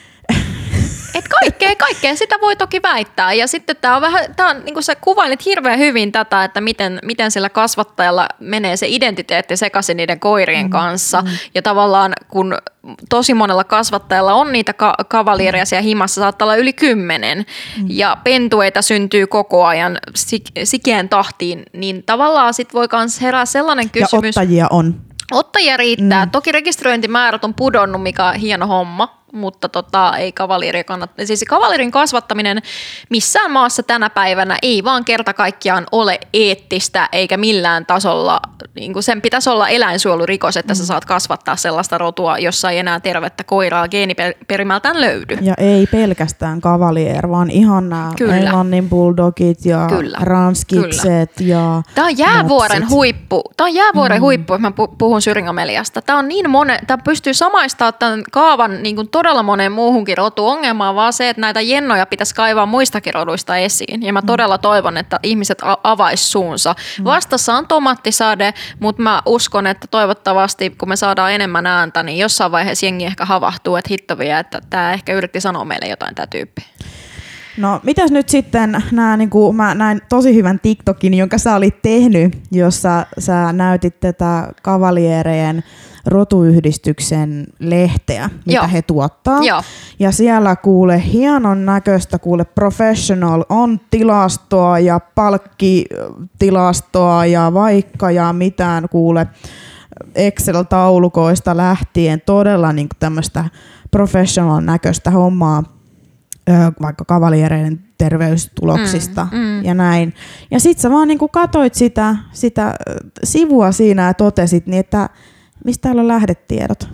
Et kaikkea sitä voi toki väittää. Ja sitten tää on niin kuin sä kuvailit hirveän hyvin tätä, että miten sillä kasvattajalla menee se identiteetti sekaisin niiden koirien kanssa. Ja tavallaan kun tosi monella kasvattajalla on niitä kavaliereja siellä himassa, saattaa olla yli 10. Ja pentueita syntyy koko ajan sikeän tahtiin, niin tavallaan sit voi kans herää sellainen kysymys. Ja ottajia on. Ottajia riittää. Toki rekisteröintimäärät on pudonnut, mikä on hieno homma, mutta ei kavalieria kannata. Siis kavalierin kasvattaminen missään maassa tänä päivänä ei vaan kerta kaikkiaan ole eettistä eikä millään tasolla. Niin kuin sen pitäisi olla eläinsuojelurikos, että sä saat kasvattaa sellaista rotua, jossa ei enää tervettä koiraa geeniperimältään löydy. Ja ei pelkästään Cavalier, vaan ihan nämä Englannin bulldogit ja ranskikset. Ja tämä on jäävuoren huippu. Tämä on jäävuoren huippu, että mä puhun syringameliasta. Tämä on niin tämä pystyy samaistamaan tämän kaavan niin kuin todella moneen muuhunkin rotuun. Ongelma on vaan se, että näitä jennoja pitäisi kaivaa muistakin roduista esiin. Ja mä todella toivon, että ihmiset avais suunsa. Vastassa on tomaattisade, mutta mä uskon, että toivottavasti kun me saadaan enemmän ääntä, niin jossain vaiheessa jengi ehkä havahtuu, että hittovia, että tämä ehkä yritti sanoa meille jotain tämä tyyppi. No mitäs nyt sitten mä näin tosi hyvän TikTokin, jonka sä olit tehnyt, jossa sä näytit tätä kavaliereen rotuyhdistyksen lehteä, mitä he tuottaa. Joo. Ja siellä kuule hienon näköistä, kuule professional on tilastoa ja palkkitilastoa ja vaikka ja mitään kuule Excel-taulukoista lähtien todella niin tämmöistä professional näköistä hommaa vaikka kavaliereiden terveystuloksista ja näin. Ja sit sä vaan niinku katoit sitä sivua siinä ja totesit, niin että mistä täällä on lähdetiedot?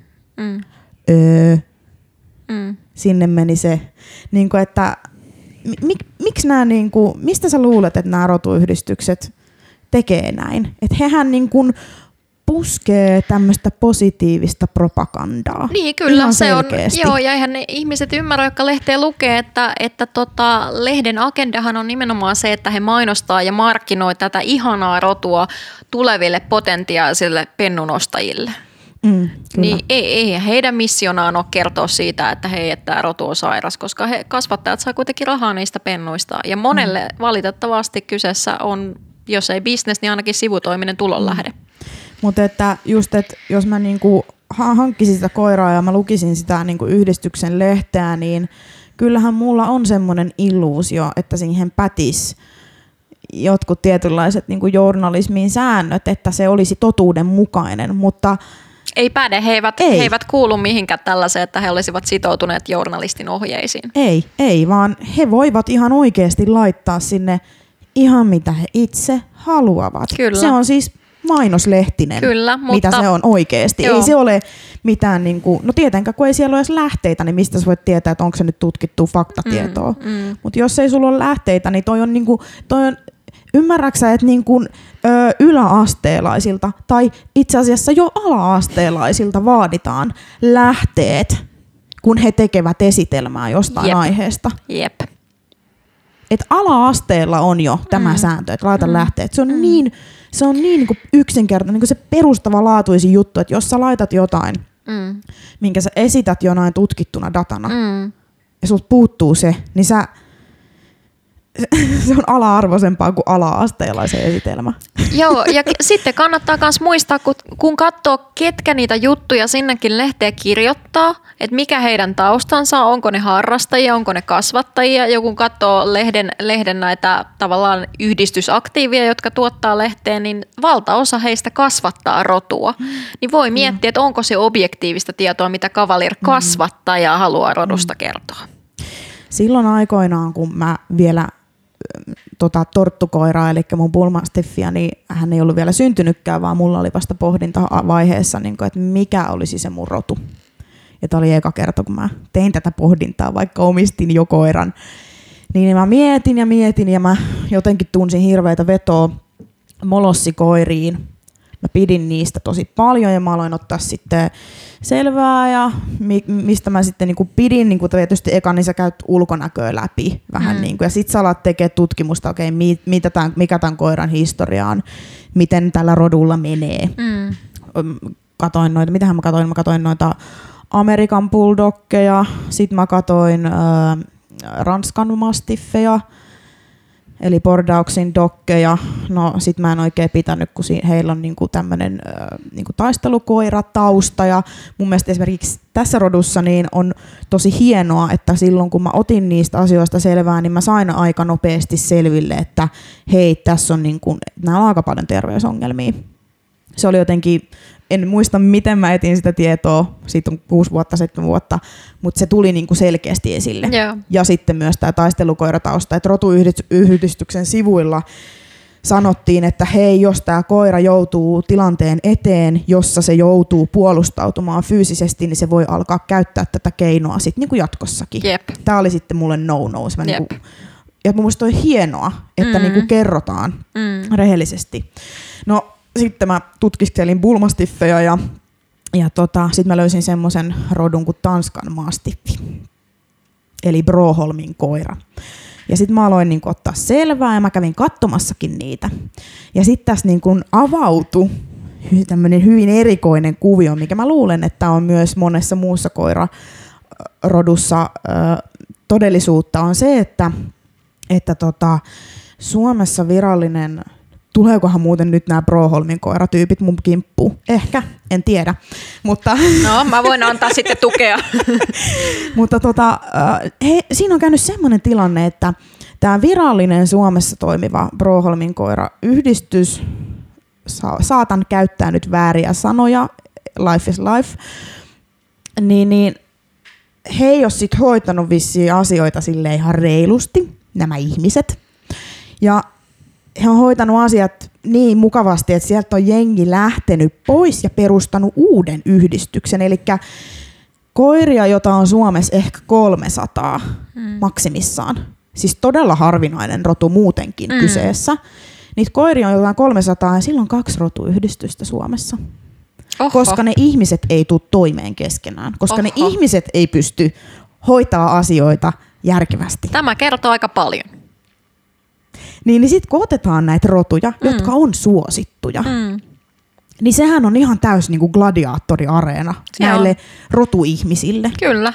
Sinne meni se, niinku, että miksi nämä, niinku, mistä sä luulet, että nämä rotuyhdistykset tekee näin? Että hehän niinku puskee tämmöistä positiivista propagandaa. Niin, kyllä se on. Joo, ja eihän ne ihmiset ymmärrä, jotka lehteä lukee, että lehden agendahan on nimenomaan se, että he mainostaa ja markkinoi tätä ihanaa rotua tuleville potentiaalisille pennunostajille. Niin ei heidän missionaan ole kertoa siitä, että hei, että tämä rotu on sairas, koska kasvattajat saa kuitenkin rahaa niistä pennuista. Ja monelle valitettavasti kyseessä on, jos ei business, niin ainakin sivutoiminen tulonlähde. Mutta että just, että jos mä niinku hankkisin sitä koiraa ja mä lukisin sitä niinku yhdistyksen lehteä, niin kyllähän mulla on semmoinen illuusio, että siihen pätisi jotkut tietynlaiset niinku journalismin säännöt, että se olisi totuuden mukainen, mutta ei päde, he eivät kuulu mihinkään tällaiseen, että he olisivat sitoutuneet journalistin ohjeisiin. Ei, vaan he voivat ihan oikeasti laittaa sinne ihan mitä he itse haluavat. Kyllä. Se on siis mainoslehtinen, kyllä, mitä se on oikeasti. Joo. Ei se ole mitään, no tietenkään kun ei siellä ole edes lähteitä, niin mistä sä voit tietää, että onko se nyt tutkittua faktatietoa. Mutta jos ei sulla ole lähteitä, niin toi on ymmärräksä, että yläasteelaisilta tai itse asiassa jo ala-asteelaisilta vaaditaan lähteet, kun he tekevät esitelmää jostain aiheesta. Jep. Et ala-asteella on jo tämä sääntö, että laita lähteet. Se on niin kuin yksinkertainen, niin kuin se perustavanlaatuisin juttu, että jos sä laitat jotain, minkä sä esität jonain tutkittuna datana, ja sulta puuttuu se, niin se on ala-arvoisempaa kuin ala-asteelaisen esitelmä. Joo, ja sitten kannattaa myös muistaa, kun katsoo, ketkä niitä juttuja sinnekin lehteen kirjoittaa, että mikä heidän taustansa on, onko ne harrastajia, onko ne kasvattajia. Ja kun katsoo lehden näitä tavallaan yhdistysaktiivia, jotka tuottaa lehteen, niin valtaosa heistä kasvattaa rotua. Niin voi miettiä, että onko se objektiivista tietoa, mitä Cavalier kasvattaja haluaa rodusta kertoa. Silloin aikoinaan, kun mä vielä torttukoiraa, eli mun Bullmastiffia, niin hän ei ollut vielä syntynytkään, vaan mulla oli vasta pohdintavaiheessa, niin että mikä olisi se mun rotu. Ja tämä oli eka kerta, kun mä tein tätä pohdintaa, vaikka omistin jo koiran. Niin mä mietin ja mä jotenkin tunsin hirveitä vetoa molossikoiriin. Mä pidin niistä tosi paljon ja mä aloin ottaa sitten selvää ja mistä mä sitten niinku pidin, niinku tietysti eka, niin sä käyt ulkonäköä läpi vähän niinku, ja sit sä alat tekee tutkimusta, okei, mikä tämän koiran historia on, miten tällä rodulla menee. Katoin noita, mitähän mä katoin? Mä katoin noita Amerikan bulldoggeja, sit mä katoin Ranskan mastiffeja, eli Bordeauxin dokkeja. No sit mä en oikein pitänyt, kun heillä on niinku tämmönen niinku taistelukoiratausta. Ja mun mielestä esimerkiksi tässä rodussa niin on tosi hienoa, että silloin kun mä otin niistä asioista selvää, niin mä sain aika nopeasti selville, että hei, tässä on niinku, nää on aika paljon terveysongelmia. Se oli jotenkin, en muista miten mä etin sitä tietoa, siitä on 6 vuotta, 7 vuotta, mutta se tuli niinku selkeästi esille. Yeah. Ja sitten myös tämä taistelukoiratausta, että rotuyhdistyksen sivuilla sanottiin, että hei, jos tämä koira joutuu tilanteen eteen, jossa se joutuu puolustautumaan fyysisesti, niin se voi alkaa käyttää tätä keinoa sitten niinku jatkossakin. Yep. Tämä oli sitten mulle no-no. Niinku, ja mun mielestä on hienoa, että niinku kerrotaan rehellisesti. No, sitten mä tutkiskelin bullmastiffeja ja sitten mä löysin semmoisen rodun kuin Tanskan maastiffi, eli Broholmin koira. Ja sitten mä aloin niinku ottaa selvää ja mä kävin katsomassakin niitä. Ja sitten tässä niinku avautui tämmöinen hyvin erikoinen kuvio, mikä mä luulen, että on myös monessa muussa koirarodussa todellisuutta, on se, että Suomessa virallinen. Tuleekohan muuten nyt nämä Broholmin koiratyypit mun kimppuun? Ehkä, en tiedä. Mutta no, mä voin antaa sitten tukea. Mutta siinä on käynyt semmoinen tilanne, että tämä virallinen Suomessa toimiva Broholmin koirayhdistys, saatan käyttää nyt vääriä sanoja, life is life, niin he ei ole sit hoitanut vissiin asioita silleen ihan reilusti, nämä ihmiset. Ja he on hoitanut asiat niin mukavasti, että sieltä on jengi lähtenyt pois ja perustanut uuden yhdistyksen. Eli koiria, jota on Suomessa ehkä 300 maksimissaan. Siis todella harvinainen rotu muutenkin kyseessä. Niitä koiria on jotain 300 ja silloin 2 rotuyhdistystä Suomessa. Oho. Koska ne ihmiset ei tule toimeen keskenään. Koska ne ihmiset ei pysty hoitaa asioita järkevästi. Tämä kertoo aika paljon. Niin sitten kun otetaan näitä rotuja, jotka on suosittuja, niin sehän on ihan täys niinku gladiaattoriareena näille rotuihmisille.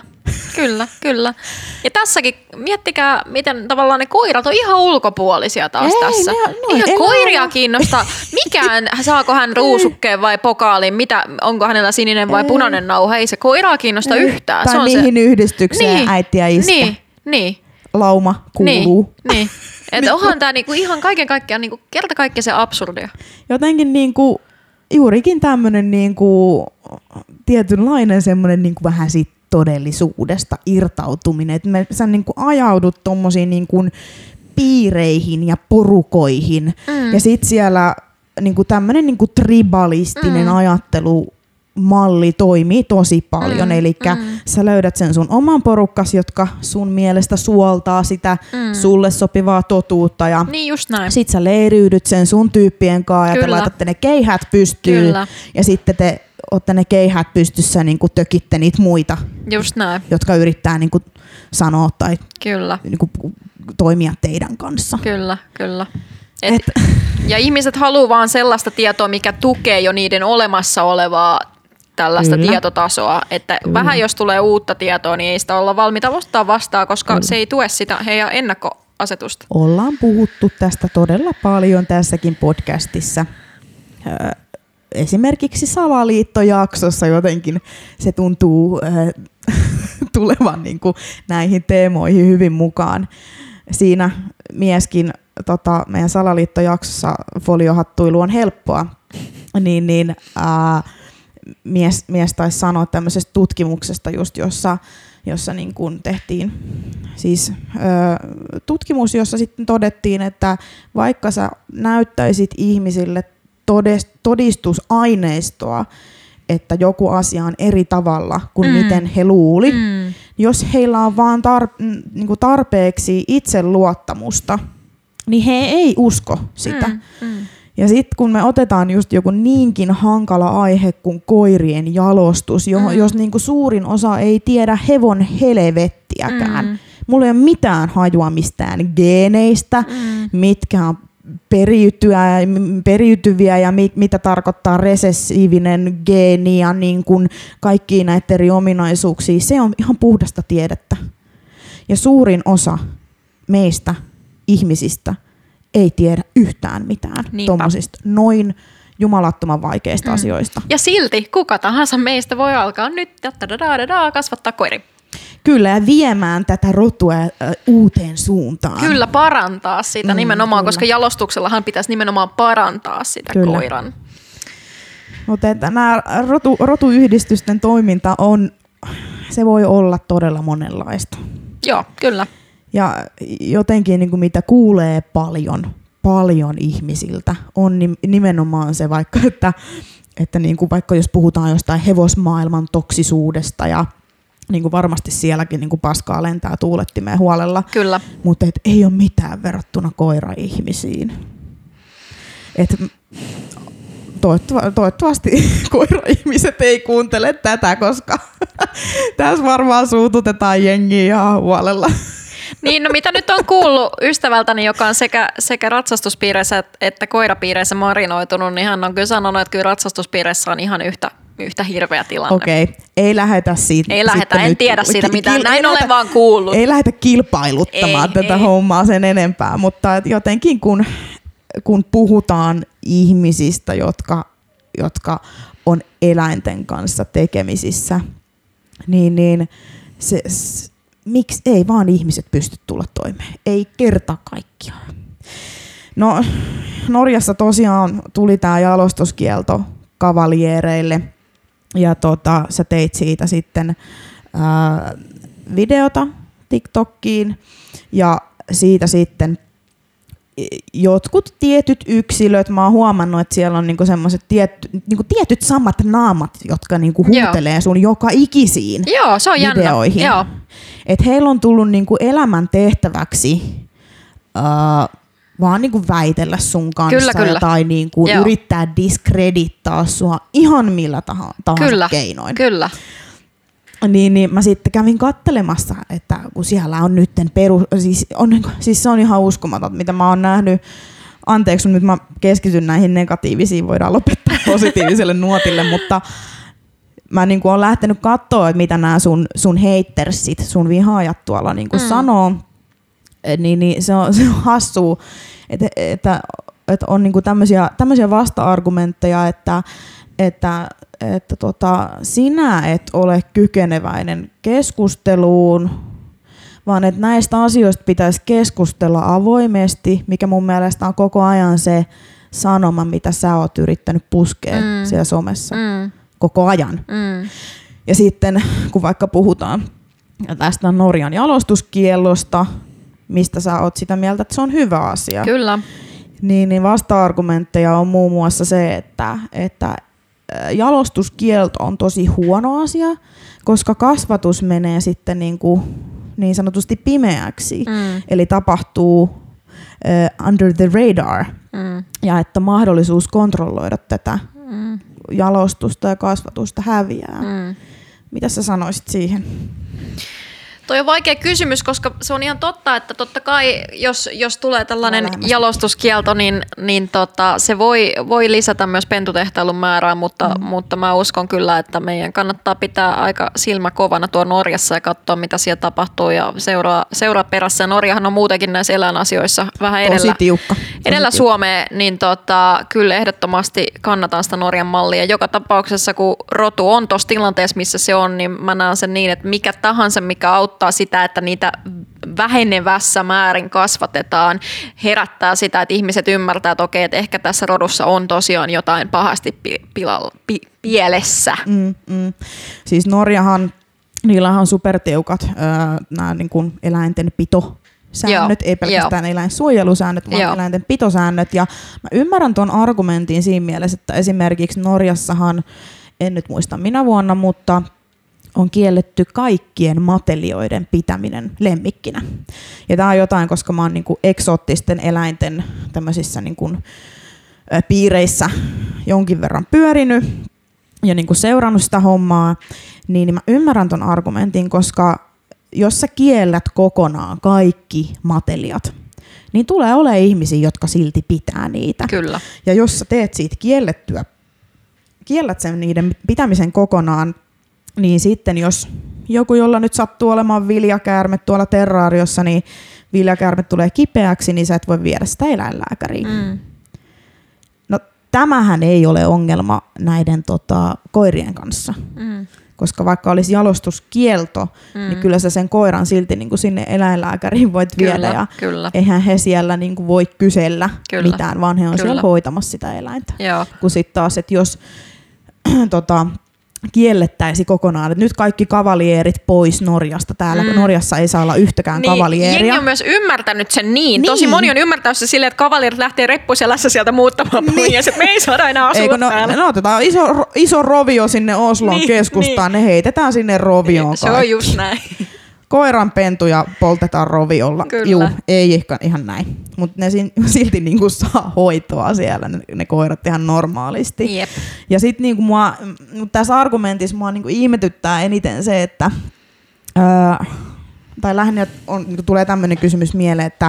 Kyllä. Ja tässäkin miettikää, miten tavallaan ne koirat on ihan ulkopuolisia taas tässä. Ihan koiria kiinnostaa. Mikään, saako hän ruusukkeen vai pokaalin, onko hänellä sininen vai punainen nauha, ei se koiraa kiinnosta yhtään. Tai se on mihin yhdistykseen äiti ja iskä. Niin. Lauma kuuluu. Niin. Että onhan tää niinku ihan kaiken kaikkiaan niinku kerta kaikkiaan se absurdia. Jotenkin niinku juurikin tämmönen niinku tietynlainen semmoinen niinku vähän siitä todellisuudesta irtautuminen, että sä niinku ajaudut tommosiin niinku piireihin ja porukoihin ja sit siellä niinku tämmönen niinku tribalistinen ajattelumalli toimii tosi paljon, eli sä löydät sen sun oman porukkas, jotka sun mielestä suoltaa sitä sulle sopivaa totuutta ja niin just näin. Sit sä leiriydyt sen sun tyyppien kanssa ja te laitatte ne keihät pystyyn. Kyllä. Ja sitten te otte ne keihät pystyssä niin tökitte niitä muita, just näin. Jotka yrittää niin sanoa tai niin toimia teidän kanssa. Kyllä. Ja ihmiset haluaa vaan sellaista tietoa, mikä tukee jo niiden olemassa olevaa tällaista tietotasoa, että vähän jos tulee uutta tietoa, niin ei sitä olla valmiita ottaa vastaan, koska se ei tue sitä heidän ennakkoasetusta. Ollaan puhuttu tästä todella paljon tässäkin podcastissa. Esimerkiksi Salaliittojaksossa jotenkin se tuntuu tulevan niin kuin näihin teemoihin hyvin mukaan. Siinä mieskin meidän Salaliittojaksossa foliohattuilu on helppoa, niin mies taisi sanoa tämmöisestä tutkimuksesta just, jossa niin kuin tehtiin siis tutkimus, jossa sitten todettiin, että vaikka sä näyttäisit ihmisille todistusaineistoa että joku asia on eri tavalla kuin miten he luuli. Jos heillä on vaan niinku tarpeeksi itseluottamusta, niin he ei usko sitä. Ja sitten kun me otetaan just joku niinkin hankala aihe kuin koirien jalostus, jos niinku suurin osa ei tiedä hevon helvettiäkään. Mulla ei ole mitään hajua mistään geeneistä, mitkä on periytyviä ja mitä tarkoittaa resessiivinen geeni ja niin kuin kaikkia näitä eri ominaisuuksia. Se on ihan puhdasta tiedettä. Ja suurin osa meistä ihmisistä ei tiedä yhtään mitään tuommoisista noin jumalattoman vaikeista asioista. Ja silti kuka tahansa meistä voi alkaa nyt kasvattaa koiria. Kyllä, ja viemään tätä rotua uuteen suuntaan. Kyllä, parantaa sitä nimenomaan, kyllä. Koska jalostuksellahan pitäisi nimenomaan parantaa sitä kyllä. koiran. Mutta nämä rotuyhdistysten toiminta se voi olla todella monenlaista. Joo, kyllä. Ja jotenkin niin kuin mitä kuulee paljon ihmisiltä, on nimenomaan se vaikka, että niin kuin vaikka jos puhutaan jostain hevosmaailman toksisuudesta ja niin kuin varmasti sielläkin niin kuin paskaa lentää tuulettimeen huolella. Kyllä. Mutta ei ole mitään verrattuna koira-ihmisiin. Toivottavasti koira-ihmiset ei kuuntele tätä, koska tässä varmaan suututetaan jengiä ihan huolella. Niin, no mitä nyt on kuullut ystävältäni, joka on sekä ratsastuspiireissä että koirapiireissä marinoitunut, niin hän on kyllä sanonut, että kyllä ratsastuspiireissä on ihan yhtä hirveä tilanne. Okei, ei lähetä siitä. Ei lähetä, en tiedä siitä mitään, näin olen vaan kuullut. Ei lähetä kilpailuttamaan tätä hommaa sen enempää, mutta jotenkin kun puhutaan ihmisistä, jotka on eläinten kanssa tekemisissä, niin miksi ei vaan ihmiset pysty tulla toimeen? Ei kerta kaikkiaan. No, Norjassa tosiaan tuli tämä jalostuskielto kavaliereille ja sä teit siitä sitten videota TikTokkiin ja siitä sitten jotkut tietyt yksilöt, mä oon huomannut, että siellä on niinku semmoiset tietyt samat naamat, jotka niinku huutelee sun joka ikisiin se on videoihin. Joo. Et heillä on tullut niinku elämän tehtäväksi vaan niinku väitellä sun kanssa tai niinku yrittää diskredittaa sua ihan millä tahansa keinoin. Kyllä. Niin mä sitten kävin kattelemassa, että kun siellä on nytten siis se on ihan uskomaton, mitä mä oon nähnyt. Anteeksi, nyt mä keskityn näihin negatiivisiin, voidaan lopettaa positiiviselle nuotille, mutta mä niinku oon lähtenyt katsoa, että mitä nämä sun hatersit, sun vihaajat tuolla niinku sanoo. Niin se on hassua, että on niinku tämmöisiä vasta-argumentteja, että sinä et ole kykeneväinen keskusteluun, vaan että näistä asioista pitäisi keskustella avoimesti, mikä mun mielestä on koko ajan se sanoma, mitä sä oot yrittänyt puskea siellä somessa koko ajan. Ja sitten kun vaikka puhutaan tästä Norjan jalostuskiellosta, mistä sä oot sitä mieltä, että se on hyvä asia. Kyllä. Niin vasta-argumentteja on muun muassa se, että jalostuskielto on tosi huono asia, koska kasvatus menee sitten niin sanotusti pimeäksi. Eli tapahtuu under the radar. Ja että mahdollisuus kontrolloida tätä jalostusta ja kasvatusta häviää. Mitä sä sanoisit siihen? Toi on vaikea kysymys, koska se on ihan totta, että totta kai jos tulee tällainen jalostuskielto, niin se voi lisätä myös pentutehtailun määrää, mutta mä uskon kyllä, että meidän kannattaa pitää aika silmä kovana tuo Norjassa ja katsoa, mitä siellä tapahtuu ja seuraa perässä. Norjahan on muutenkin näissä eläinasioissa vähän edellä Suomea, niin kyllä ehdottomasti kannatan sitä Norjan mallia. Joka tapauksessa, kun rotu on tuossa tilanteessa, missä se on, niin mä näen sen niin, että mikä tahansa, mikä auttaa sitä, että niitä vähenevässä määrin kasvatetaan, herättää sitä, että ihmiset ymmärtää, että okei, että ehkä tässä rodussa on tosiaan jotain pahasti pielessä. Siis niillähän on supertiukat nämä niin kuin eläinten pitosäännöt, ei pelkästään eläinsuojelusäännöt, vaan eläinten pitosäännöt. Ja mä ymmärrän tuon argumentin siinä mielessä, että esimerkiksi Norjassahan en nyt muista minä vuonna, mutta on kielletty kaikkien matelioiden pitäminen lemmikkinä. Ja tämä on jotain, koska mä oon niinku eksoottisten eläinten tämmöisissä niinku piireissä jonkin verran pyörinyt ja niinku seurannut sitä hommaa, niin mä ymmärrän ton argumentin, koska jos sä kiellät kokonaan kaikki matelijat, niin tulee olemaan ihmisiä, jotka silti pitää niitä. Kyllä. Ja jos sä teet siitä kiellät sen niiden pitämisen kokonaan, niin sitten jos joku, jolla nyt sattuu olemaan viljakäärme tuolla terraariossa, niin viljakäärme tulee kipeäksi, niin sä et voi viedä sitä eläinlääkäriin. No tämähän ei ole ongelma näiden koirien kanssa. Koska vaikka olisi jalostuskielto, niin kyllä sä sen koiran silti niin kuin sinne eläinlääkäriin voit viedä. Ja eihän he siellä niin kuin voi kysellä mitään, vaan he on siellä hoitamassa sitä eläintä. Joo. Kun sitten taas, että jos kiellettäisi kokonaan, että nyt kaikki kavalierit pois Norjasta. Täällä Norjassa ei saa olla yhtäkään kavalieria. Jengi on myös ymmärtänyt sen niin. Tosi moni on ymmärtänyt se silleen, että kavalierit lähtee reppuselässä sieltä muuttamaan ja me ei saada enää asua täällä. No otetaan iso rovio sinne Oslon keskustaan, ne heitetään sinne rovioon. Se on just näin. Koiranpentuja poltetaan roviolla. Juu, ei ihan näin. Mutta ne silti niinku saa hoitoa siellä, ne koirat ihan normaalisti. Jep. Ja sitten niinku tässä argumentissa mua niinku ihmetyttää eniten se, että tai lähinnä niinku tulee tämmöinen kysymys mieleen, että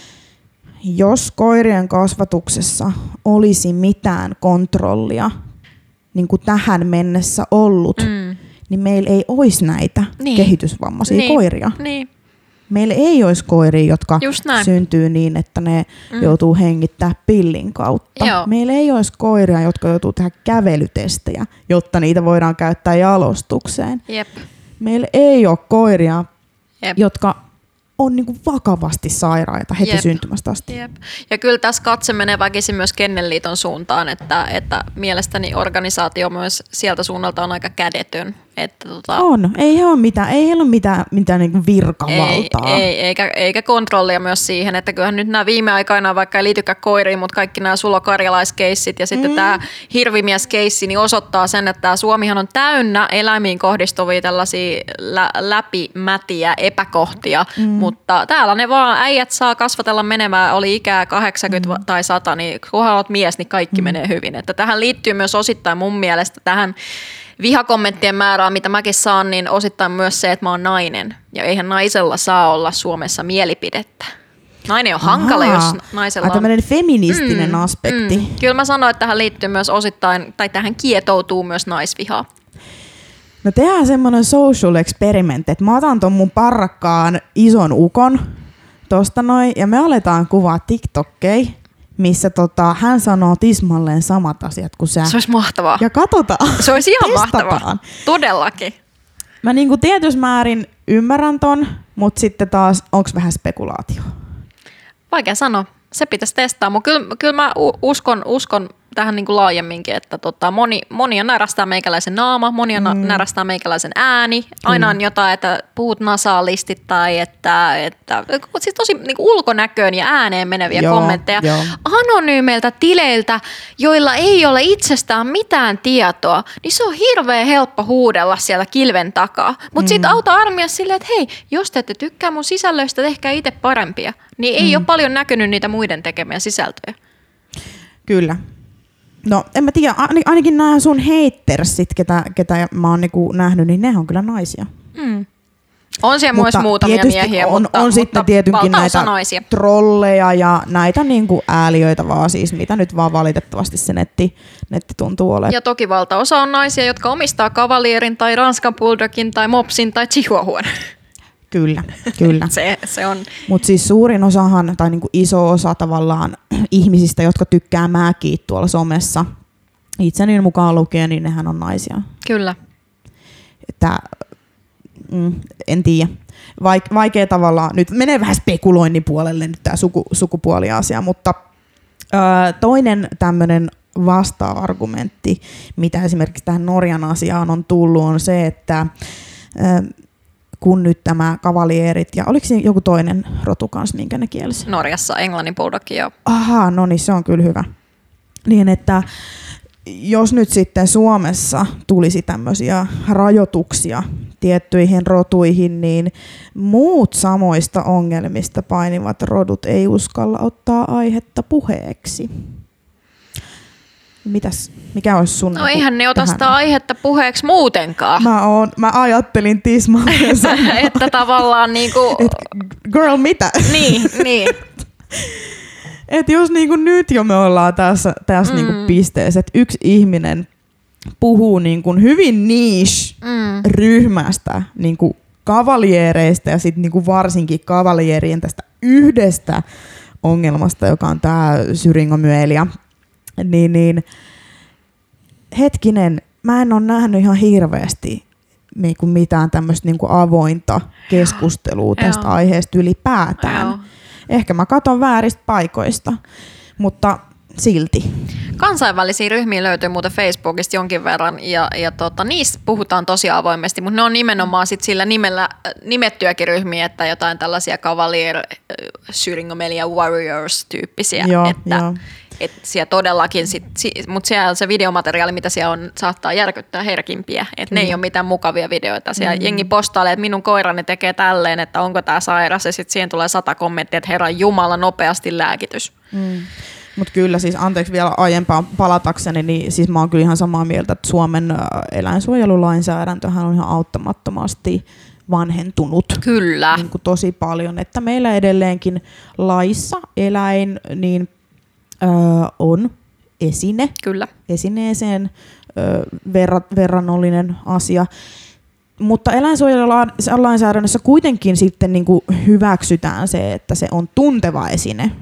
jos koirien kasvatuksessa olisi mitään kontrollia niin kuin tähän mennessä ollut, niin meillä ei olisi näitä kehitysvammaisia koiria. Niin. Meillä ei olisi koiria, jotka syntyy niin, että ne joutuu hengittämään pillin kautta. Joo. Meillä ei olisi koiria, jotka joutuu tehdä kävelytestejä, jotta niitä voidaan käyttää jalostukseen. Jep. Meillä ei ole koiria, jotka on niinku vakavasti sairaita heti syntymästä asti. Jep. Ja kyllä tässä katse menee väkisin myös Kennelliiton suuntaan, että mielestäni organisaatio myös sieltä suunnalta on aika kädetön. Että on. Ei heillä ole mitään niinku virkavaltaa. Eikä kontrollia myös siihen, että kyllähän nyt nämä viime aikoina, vaikka ei liitykään koiriin, mutta kaikki nämä sulokarjalaiskeissit ja sitten tämä hirvimieskeissi, niin osoittaa sen, että tämä Suomihan on täynnä eläimiin kohdistuvia tällaisia läpimätiä epäkohtia, mutta täällä ne vaan äijät saa kasvatella menemään, oli ikää 80 tai 100, niin kunhan olet mies, niin kaikki menee hyvin. Että tähän liittyy myös osittain mun mielestä tähän vihakommenttien määrää, mitä mäkin saan, niin osittain myös se, että mä oon nainen. Ja eihän naisella saa olla Suomessa mielipidettä. Nainen on hankala, jos naisella on tämmöinen feministinen aspekti. Kyllä mä sanoin, että tähän liittyy myös osittain, tai tähän kietoutuu myös naisvihaa. No tehdään semmoinen social experiment, että mä otan ton mun parrakkaan ison ukon tosta noin, ja me aletaan kuvaa TikTokkei, missä hän sanoo tismalleen samat asiat kuin sä. Se olisi mahtavaa. Ja katsotaan. Se olisi ihan mahtavaa. Todellakin. Mä niinku tietyssä määrin ymmärrän ton, mutta sitten taas onko vähän spekulaatio? Vaikea sanoa. Se pitäisi testaa, mutta kyllä mä uskon tähän niin kuin laajemminkin, että monia närästää meikäläisen naama, monia närästää meikäläisen ääni. Aina on jotain, että puhut nasaalisti tai että siis tosi niin kuin ulkonäköön ja ääneen meneviä kommentteja. Anonyymeiltä tileiltä, joilla ei ole itsestään mitään tietoa, niin se on hirveän helppo huudella siellä kilven takaa. Mutta sitten auta armia silleen, että hei, jos te ette tykkää mun sisällöistä, tehkää itse parempia. Niin ei ole paljon näkynyt niitä muiden tekemiä sisältöjä. Kyllä. No en mä tiedä, ainakin nämä sun hatersit, ketä mä oon niinku nähnyt, niin ne on kyllä naisia. On siellä myös muutamia miehiä, on sitten tietenkin näitä naisia. Trolleja ja näitä niinku ääliöitä vaan siis, mitä nyt vaan valitettavasti se netti tuntuu olevan. Ja toki valtaosa on naisia, jotka omistaa kavalierin tai Ranskan bulldogin tai mopsin tai chihuahuan. Kyllä. se on. Mutta siis suurin osahan, tai niinku iso osa tavallaan ihmisistä, jotka tykkää mäkiä tuolla somessa, itseni mukaan lukien, niin nehän on naisia. Kyllä. Että, en tiedä. Vaikea tavallaan, nyt menee vähän spekuloinnin puolelle nyt tämä sukupuoliasia, mutta toinen tämmöinen vasta-argumentti, mitä esimerkiksi tähän Norjan asiaan on tullut, on se, että kun nyt tämä kavalierit, ja oliko siinä joku toinen rotu kanssa, minkä ne kielsi? Norjassa englannin bulldog, joo. Ahaa, no niin, se on kyllä hyvä. Niin, että jos nyt sitten Suomessa tulisi tämmöisiä rajoituksia tiettyihin rotuihin, niin muut samoista ongelmista painivat rodut ei uskalla ottaa aihetta puheeksi. Mikä olisi sun? No eihän ne ota sitä aihetta puheeksi muutenkaan. Mä ajattelin tismalleen. Että tavallaan niinku... Girl, mitä? Niin. Et jos niinku nyt jo me ollaan tässä niinku pisteessä, että yksi ihminen puhuu niinku hyvin niche-ryhmästä, niinku kavaliereista ja sitten niinku varsinkin kavalierien tästä yhdestä ongelmasta, joka on tämä syringomyelia, niin hetkinen, mä en ole nähnyt ihan hirveästi niinku mitään tämmöistä niinku avointa keskustelua tästä aiheesta ylipäätään. Joo. Ehkä mä katon vääristä paikoista, mutta silti. Kansainvälisiä ryhmiä löytyy muuten Facebookista jonkin verran ja niissä puhutaan tosi avoimesti, mutta ne on nimenomaan sit sillä nimellä nimettyäkin ryhmiä, että jotain tällaisia Cavalier, Syringomelia Warriors-tyyppisiä, että siellä todellakin, mutta siellä se videomateriaali, mitä siellä on, saattaa järkyttää herkimpiä, että ne ei ole mitään mukavia videoita. Siellä jengi postailee, että minun koirani tekee tälleen, että onko tämä sairas, ja sitten siihen tulee 100 kommenttia, että Herran Jumala, nopeasti lääkitys. Mutta kyllä siis, anteeksi vielä aiempaan palatakseni, niin siis mä oon kyllä ihan samaa mieltä, että Suomen eläinsuojelulainsäädäntöhän on ihan auttamattomasti vanhentunut. Kyllä. Niin kuin tosi paljon, että meillä edelleenkin laissa eläin niin on esine. Kyllä. Esineeseen verrannollinen asia. Mutta eläinsuojelulainsäädännössä kuitenkin sitten niin kuin hyväksytään se, että se on tunteva esine.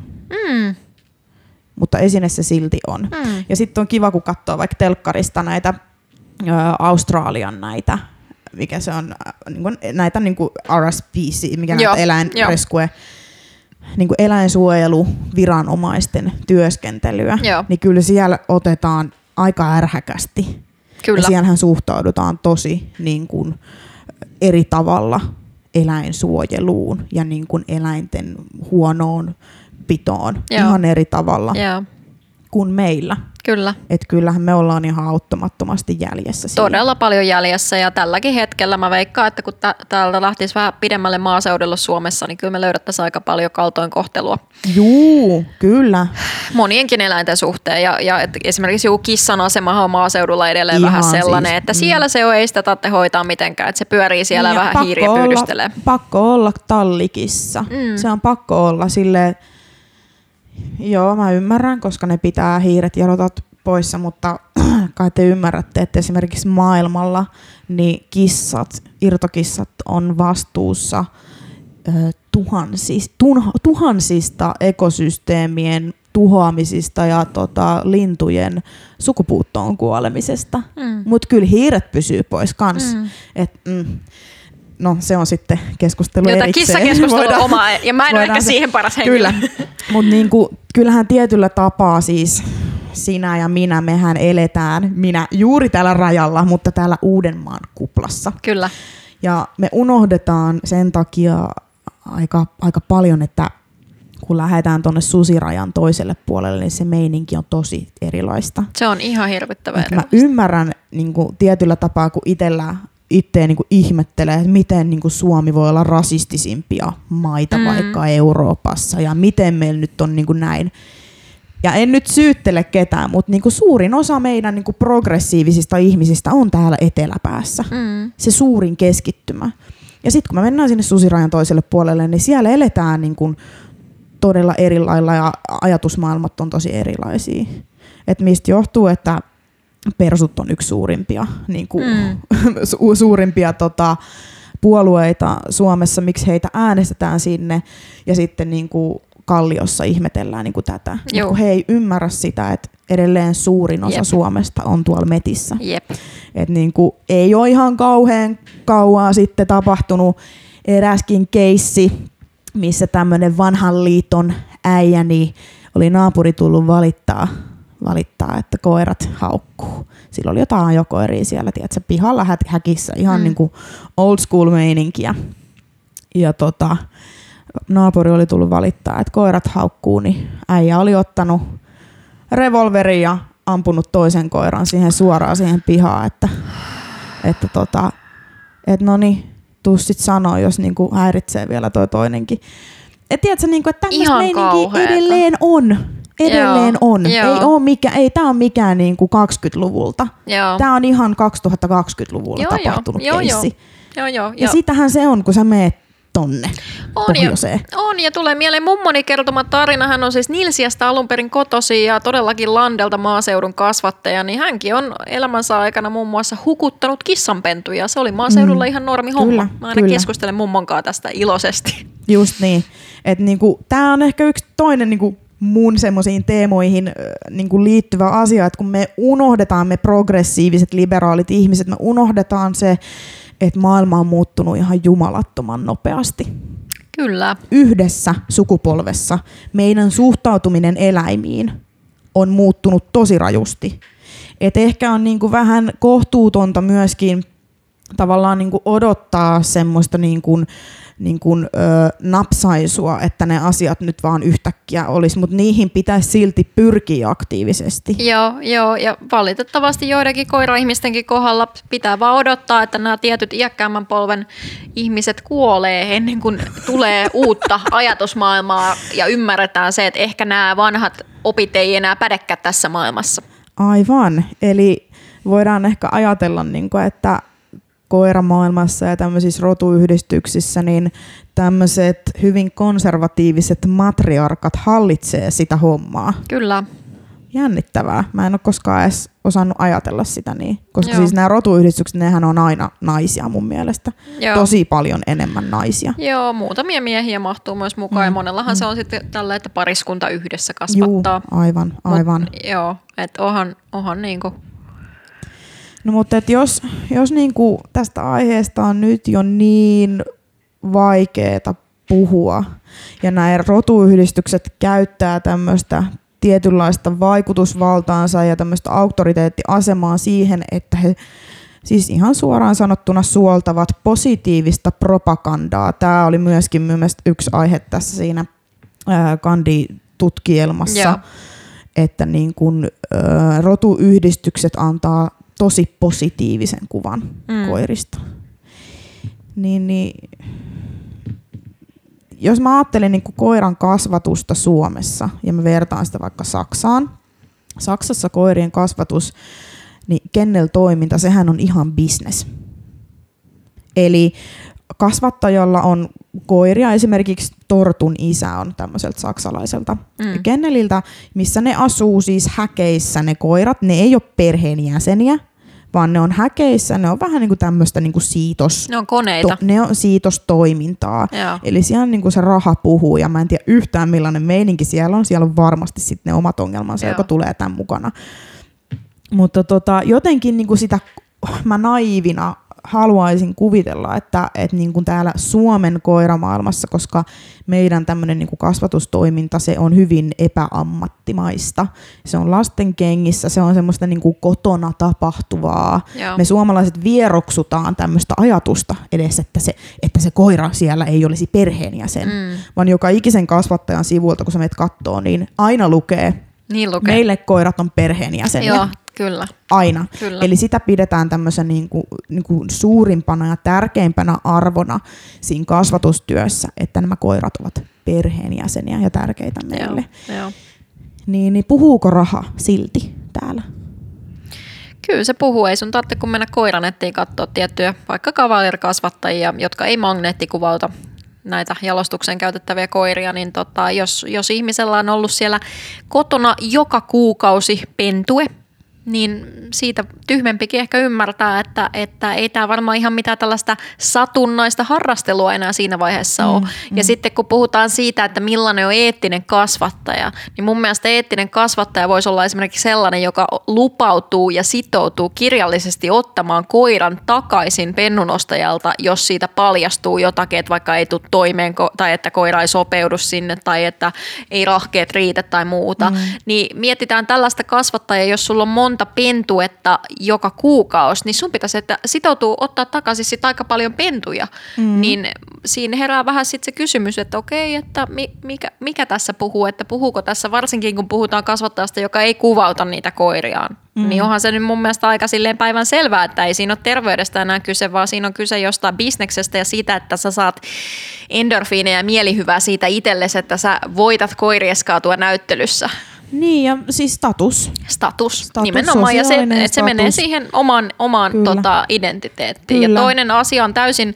Mutta esine se silti on. Ja sitten on kiva, kun katsoo vaikka telkkarista näitä Australian näitä, mikä se on, näitä niinku RSPC, mikä näitä eläinreskue, niinku eläinsuojeluviranomaisten työskentelyä, niin kyllä siellä otetaan aika ärhäkästi. Kyllä. Ja siellähän suhtaudutaan tosi niin kuin eri tavalla eläinsuojeluun ja niin kuin eläinten huonoon pitoon ihan eri tavalla kuin meillä. Kyllä. Että kyllähän me ollaan ihan auttamattomasti jäljessä. Todella paljon jäljessä ja tälläkin hetkellä mä veikkaan, että kun täältä lähtisi vähän pidemmälle maaseudulla Suomessa, niin kyllä me löydettäisiin aika paljon kaltoinkohtelua. Juu, kyllä. Monienkin eläinten suhteen ja esimerkiksi joku kissan asemahan on maaseudulla edelleen ihan vähän sellainen, siis, että siellä se ei sitä tarvitse hoitaa mitenkään, että se pyörii siellä vähän hiiriä pyydystelee. Pakko olla tallikissa. Se on pakko olla silleen. Joo, mä ymmärrän, koska ne pitää hiiret ja rotat poissa, mutta kai te ymmärrätte, että esimerkiksi maailmalla niin irtokissat on vastuussa tuhansista ekosysteemien tuhoamisista ja lintujen sukupuuttoon kuolemisesta. Mutta kyllä hiiret pysyy pois kans. No se on sitten keskustelu erikseen. Kissakeskustelu omaa, ja mä en ole ehkä siihen paras henkilö. Kyllä, mutta niinku, kyllähän tietyllä tapaa siis sinä ja mehän eletään, minä juuri täällä rajalla, mutta täällä Uudenmaan kuplassa. Kyllä. Ja me unohdetaan sen takia aika paljon, että kun lähdetään tuonne susirajan toiselle puolelle, niin se meininki on tosi erilaista. Se on ihan hirvittävän erilaista. Mä ymmärrän niinku, tietyllä tapaa, kun itteen niinku ihmettelee, että miten niinku Suomi voi olla rasistisimpia maita vaikka Euroopassa ja miten meillä nyt on niinku näin. Ja en nyt syyttele ketään, mutta niinku suurin osa meidän niinku progressiivisista ihmisistä on täällä eteläpäässä. Se suurin keskittymä. Ja sitten kun me mennään sinne susirajan toiselle puolelle, niin siellä eletään niinku todella eri lailla ja ajatusmaailmat on tosi erilaisia. Et mistä johtuu, että persut on yksi suurimpia, suurimpia puolueita Suomessa, miksi heitä äänestetään sinne ja sitten niinku Kalliossa ihmetellään niinku tätä. Kun he ei ymmärrä sitä, että edelleen suurin osa Suomesta on tuolla metissä. Et niinku, ei ole ihan kauhean kauaa sitten tapahtunut eräskin keissi, missä tämmöinen vanhan liiton äijä niin oli naapuri tullut valittaa, että koirat haukkuu. Sillä oli jotain ajokoiria siellä, tiedätkö, pihalla häkissä, ihan niin kuin old school meininkiä. Ja naapuri oli tullut valittaa, että koirat haukkuu, niin äijä oli ottanut revolverin ja ampunut toisen koiran suoraan siihen pihaan, että no niin, tuu sit sanoo, jos niinku häiritsee vielä toi toinenkin. Et tiedätkö, niinku, että tämmöistä meininkiä edelleen on. Ei tää on mikään niinku 20-luvulta. Tää on ihan 2020-luvulla tapahtunut keissi. Ja sitähän se on, kun sä meet tonne pohjoiseen. On, ja tulee mieleen mummoni kertoma tarina. Hän on siis Nilsiästä alun perin kotoisin ja todellakin Landelta maaseudun kasvattaja. Niin hänkin on elämänsä aikana muun muassa hukuttanut kissanpentuja. Se oli maaseudulla ihan normi homma. Mä aina keskustelen mummonkaan tästä iloisesti. Just niin. Että niinku, tää on ehkä yksi toinen niinku mun semmoisiin teemoihin niinku liittyvä asia, että kun me unohdetaan me progressiiviset liberaalit ihmiset, me unohdetaan se, että maailma on muuttunut ihan jumalattoman nopeasti. Kyllä. Yhdessä sukupolvessa meidän suhtautuminen eläimiin on muuttunut tosi rajusti. Et ehkä on niinku vähän kohtuutonta myöskin tavallaan niinku odottaa semmoista napsaisua, että ne asiat nyt vaan yhtäkkiä olisi, mutta niihin pitäisi silti pyrkiä aktiivisesti. Joo, ja valitettavasti joidenkin koira-ihmistenkin kohdalla pitää vaan odottaa, että nämä tietyt iäkkäämmän polven ihmiset kuolee ennen kuin tulee uutta ajatusmaailmaa ja ymmärretään se, että ehkä nämä vanhat opit ei enää pädekään tässä maailmassa. Aivan, eli voidaan ehkä ajatella, että koiramaailmassa ja tämmöisissä rotuyhdistyksissä, niin tämmöiset hyvin konservatiiviset matriarkat hallitsee sitä hommaa. Kyllä. Jännittävää. Mä en ole koskaan edes osannut ajatella sitä niin. Koska siis nämä rotuyhdistykset, nehän on aina naisia mun mielestä. Tosi paljon enemmän naisia. Joo, muutamia miehiä mahtuu myös mukaan ja monellahan se on sitten tällä, että pariskunta yhdessä kasvattaa. Juu, aivan. Joo, että onhan niinku. No mutta jos niinku tästä aiheesta on nyt jo niin vaikeeta puhua ja nämä rotuyhdistykset käyttää tämmöistä tietynlaista vaikutusvaltaansa ja tämmöistä auktoriteettiasemaa siihen, että he siis ihan suoraan sanottuna suoltavat positiivista propagandaa. Tämä oli myöskin yksi aihe tässä siinä kanditutkielmassa, että niin kun, rotuyhdistykset antaa tosi positiivisen kuvan koirista. Niin, jos mä ajattelen niin kuin koiran kasvatusta Suomessa ja mä vertaan sitä vaikka Saksaan. Saksassa koirien kasvatus, niin kennel-toiminta, sehän on ihan business. Eli kasvattajalla on koiria, esimerkiksi Tortun isä on tämmöiseltä saksalaiselta kenneliltä, missä ne asuu siis häkeissä ne koirat. Ne ei ole perheenjäseniä, vaan ne on häkeissä, ne on vähän niin kuin tämmöistä niin kuin ne on koneita. Ne on siitostoimintaa. Joo. Eli siellä niin kuin se raha puhuu ja mä en tiedä yhtään millainen meininki siellä on. Siellä on varmasti sitten ne omat ongelmansa, joka tulee tämän mukana. Mutta jotenkin niin kuin sitä mä naivina haluaisin kuvitella, että niin kuin täällä Suomen koiramaailmassa, koska meidän tämmöinen niin kuin kasvatustoiminta, se on hyvin epäammattimaista. Se on lasten kengissä, se on semmoista niin kuin kotona tapahtuvaa. Joo. Me suomalaiset vieroksutaan tämmöistä ajatusta edes, että se koira siellä ei olisi perheenjäsen, vaan joka ikisen kasvattajan sivuilta, kun sä menet kattoo, niin aina lukee. Meille koirat on perheenjäseniä. Joo. Kyllä. Aina. Kyllä. Eli sitä pidetään tämmöisen niin kuin suurimpana ja tärkeimpänä arvona siinä kasvatustyössä, että nämä koirat ovat perheenjäseniä ja tärkeitä meille. Joo. Niin puhuuko raha silti täällä? Kyllä se puhuu. Ei sun tarvitse kun mennä koiranettiin katsoa tiettyjä vaikka kavalierikasvattajia, jotka ei magneettikuvauta näitä jalostukseen käytettäviä koiria, niin jos ihmisellä on ollut siellä kotona joka kuukausi pentue, niin siitä tyhmempikin ehkä ymmärtää, että ei tämä varmaan ihan mitään tällaista satunnaista harrastelua enää siinä vaiheessa ole. Ja sitten kun puhutaan siitä, että millainen on eettinen kasvattaja, niin mun mielestä eettinen kasvattaja voisi olla esimerkiksi sellainen, joka lupautuu ja sitoutuu kirjallisesti ottamaan koiran takaisin pennunostajalta, jos siitä paljastuu jotakin, että vaikka ei tule toimeen tai että koira ei sopeudu sinne tai että ei rahkeet riitä tai muuta. Niin mietitään tällaista kasvattajaa, jos sulla on monta monta pentuetta joka kuukausi, niin sun pitäisi sitoutua ottaa takaisin sit aika paljon pentuja. Niin siinä herää vähän sitten se kysymys, että okei, että mikä tässä puhuu, että puhuuko tässä, varsinkin kun puhutaan kasvattajasta, joka ei kuvauta niitä koiriaan. Niin onhan se nyt mun mielestä aika silleen päivän selvää, että ei siinä ole terveydestä enää kyse, vaan siinä on kyse jostain bisneksestä ja siitä, että sä saat endorfiineja ja mielihyvää siitä itsellesi, että sä voitat koirieskaatua näyttelyssä. Niin, ja siis Status nimenomaan, ja se menee siihen omaan identiteettiin. Kyllä. Ja toinen asia on täysin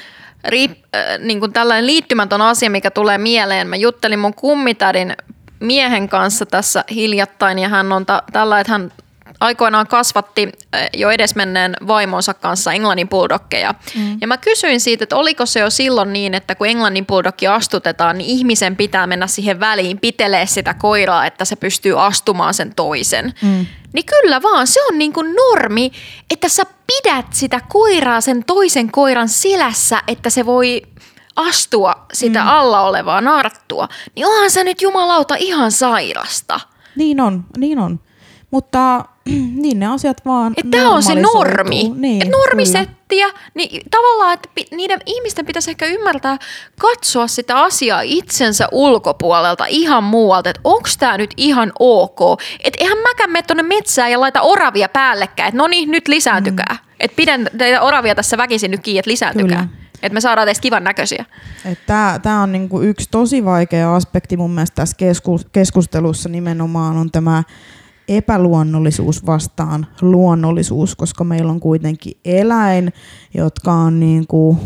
niin kuin tällainen liittymätön asia, mikä tulee mieleen. Mä juttelin mun kummitädin miehen kanssa tässä hiljattain, ja hän on tällä, että hän aikoinaan kasvatti jo edesmenneen vaimonsa kanssa Englannin bulldoggeja. Ja mä kysyin siitä, että oliko se jo silloin niin, että kun Englannin bulldoggia astutetaan, niin ihmisen pitää mennä siihen väliin, pitelee sitä koiraa, että se pystyy astumaan sen toisen. Niin kyllä vaan, se on niin kuin normi, että sä pidät sitä koiraa sen toisen koiran selässä, että se voi astua sitä alla olevaa narttua. Niin onhan se nyt jumalauta ihan sairasta. Niin on. Mutta niin ne asiat vaan tämä on se normi. Niin, normisettiä, niin tavallaan, että niiden ihmisten pitäisi ehkä ymmärtää katsoa sitä asiaa itsensä ulkopuolelta ihan muualta, että onko tämä nyt ihan ok. Että eihän mäkään mene tuonne metsään ja laita oravia päällekkäin, että no niin, nyt lisääntykää. Että pidän teitä oravia tässä väkisin nyt kiinni, että lisääntykää. Että me saadaan teistä kivan näköisiä. Tämä on niinku yksi tosi vaikea aspekti mun mielestä tässä keskustelussa nimenomaan on tämä epäluonnollisuus vastaan luonnollisuus, koska meillä on kuitenkin eläin, jotka on niinku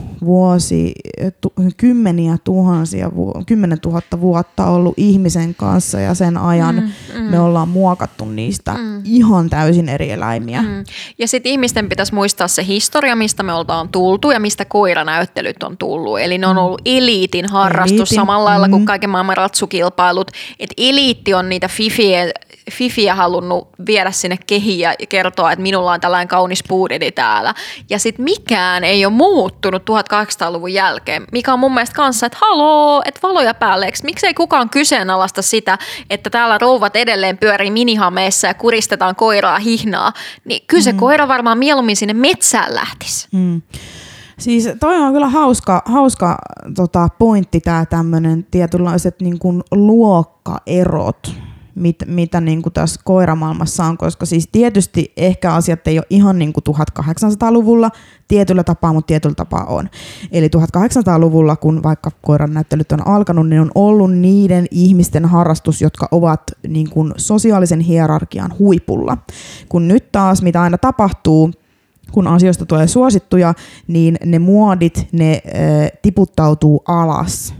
kymmeniä tuhansia, 10 000 vuotta ollut ihmisen kanssa ja sen ajan me ollaan muokattu niistä ihan täysin eri eläimiä. Ja sitten ihmisten pitäisi muistaa se historia, mistä me ollaan tultu ja mistä koiranäyttelyt on tullut. Eli ne on ollut eliitin harrastus samalla lailla kuin kaiken maailman ratsukilpailut. Et eliitti on niitä fifiä halunnut viedä sinne kehiin ja kertoa, että minulla on tällainen kaunis puudeli täällä. Ja sitten mikään ei ole muuttunut 1800-luvun jälkeen, mikä on mun mielestä kanssa, että haloo, että valoja päälle. Miksei kukaan kyseenalaista sitä, että täällä rouvat edelleen pyörii minihameissa ja kuristetaan koiraa hihnaa. Niin kyllä se koira varmaan mieluummin sinne metsään lähtisi. Siis toi on kyllä hauska pointti, tää tämmönen tietynlaiset niin kuin luokkaerot, mitä niin kuin tässä koiramaailmassa on, koska siis tietysti ehkä asiat ei ole ihan niin kuin 1800-luvulla tietyllä tapaa, mutta tietyllä tapaa on. Eli 1800-luvulla, kun vaikka koiran näyttelyt on alkanut, niin on ollut niiden ihmisten harrastus, jotka ovat niin kuin sosiaalisen hierarkian huipulla. Kun nyt taas, mitä aina tapahtuu, kun asioista tulee suosittuja, niin ne muodit, ne tiputtautuu alas,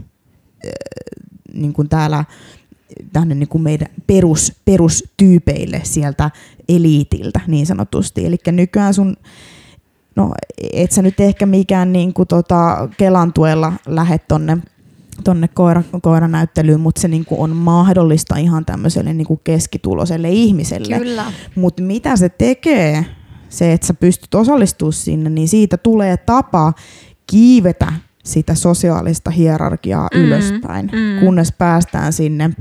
niin kuin täällä tänne niin kuin meidän perustyypeille sieltä eliitiltä niin sanotusti. Eli nykyään no et sä nyt ehkä mikään niin kuin Kelan tuella lähde tonne koiranäyttelyyn, mutta se niin kuin on mahdollista ihan tämmöiselle niin kuin keskituloiselle ihmiselle. Kyllä. Mutta mitä se tekee, se että sä pystyt osallistumaan sinne, niin siitä tulee tapa kiivetä sitä sosiaalista hierarkiaa ylöspäin, kunnes päästään sinne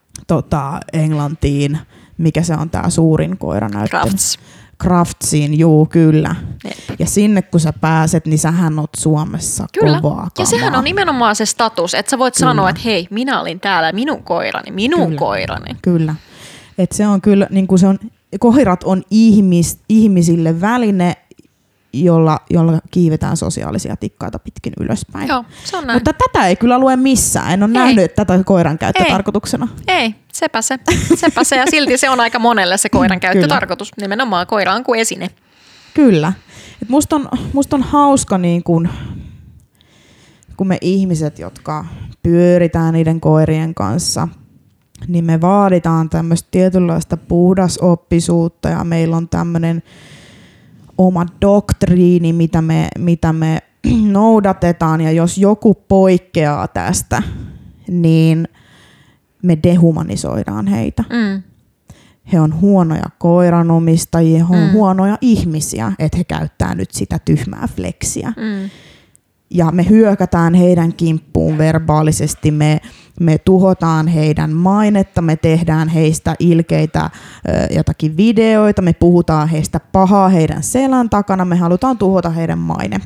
Englantiin, mikä se on tää suurin koiranäyttely. Craftsiin, juu, kyllä. Ja sinne kun sä pääset, niin sähän oot Suomessa kovaa kamaa. Ja sehän on nimenomaan se status, että sä voit sanoa, että hei, minä olin täällä, minun koirani. Kyllä. Et se on kyllä, niin kuin koirat on ihmisille väline, jolla kiivetään sosiaalisia tikkaita pitkin ylöspäin. Joo, se on näin. Mutta tätä ei kyllä lue missään. En ole nähnyt tätä koiran käyttötarkoituksena. Ei, sepä se. Ja silti se on aika monelle se koiran käyttötarkoitus. Nimenomaan koira on kuin esine. Kyllä. Et musta on hauska, niin kun me ihmiset, jotka pyöritään niiden koirien kanssa, niin me vaaditaan tämmöistä tietynlaista puhdasoppisuutta ja meillä on tämmöinen oma doktriini, mitä me noudatetaan, ja jos joku poikkeaa tästä, niin me dehumanisoidaan heitä. He on huonoja koiranomistajia, he on huonoja ihmisiä, että he käyttää nyt sitä tyhmää fleksiä. ja me hyökätään heidän kimppuun verbaalisesti, me tuhotaan heidän mainetta, me tehdään heistä ilkeitä jotakin videoita, me puhutaan heistä pahaa heidän selän takana, me halutaan tuhota heidän maine.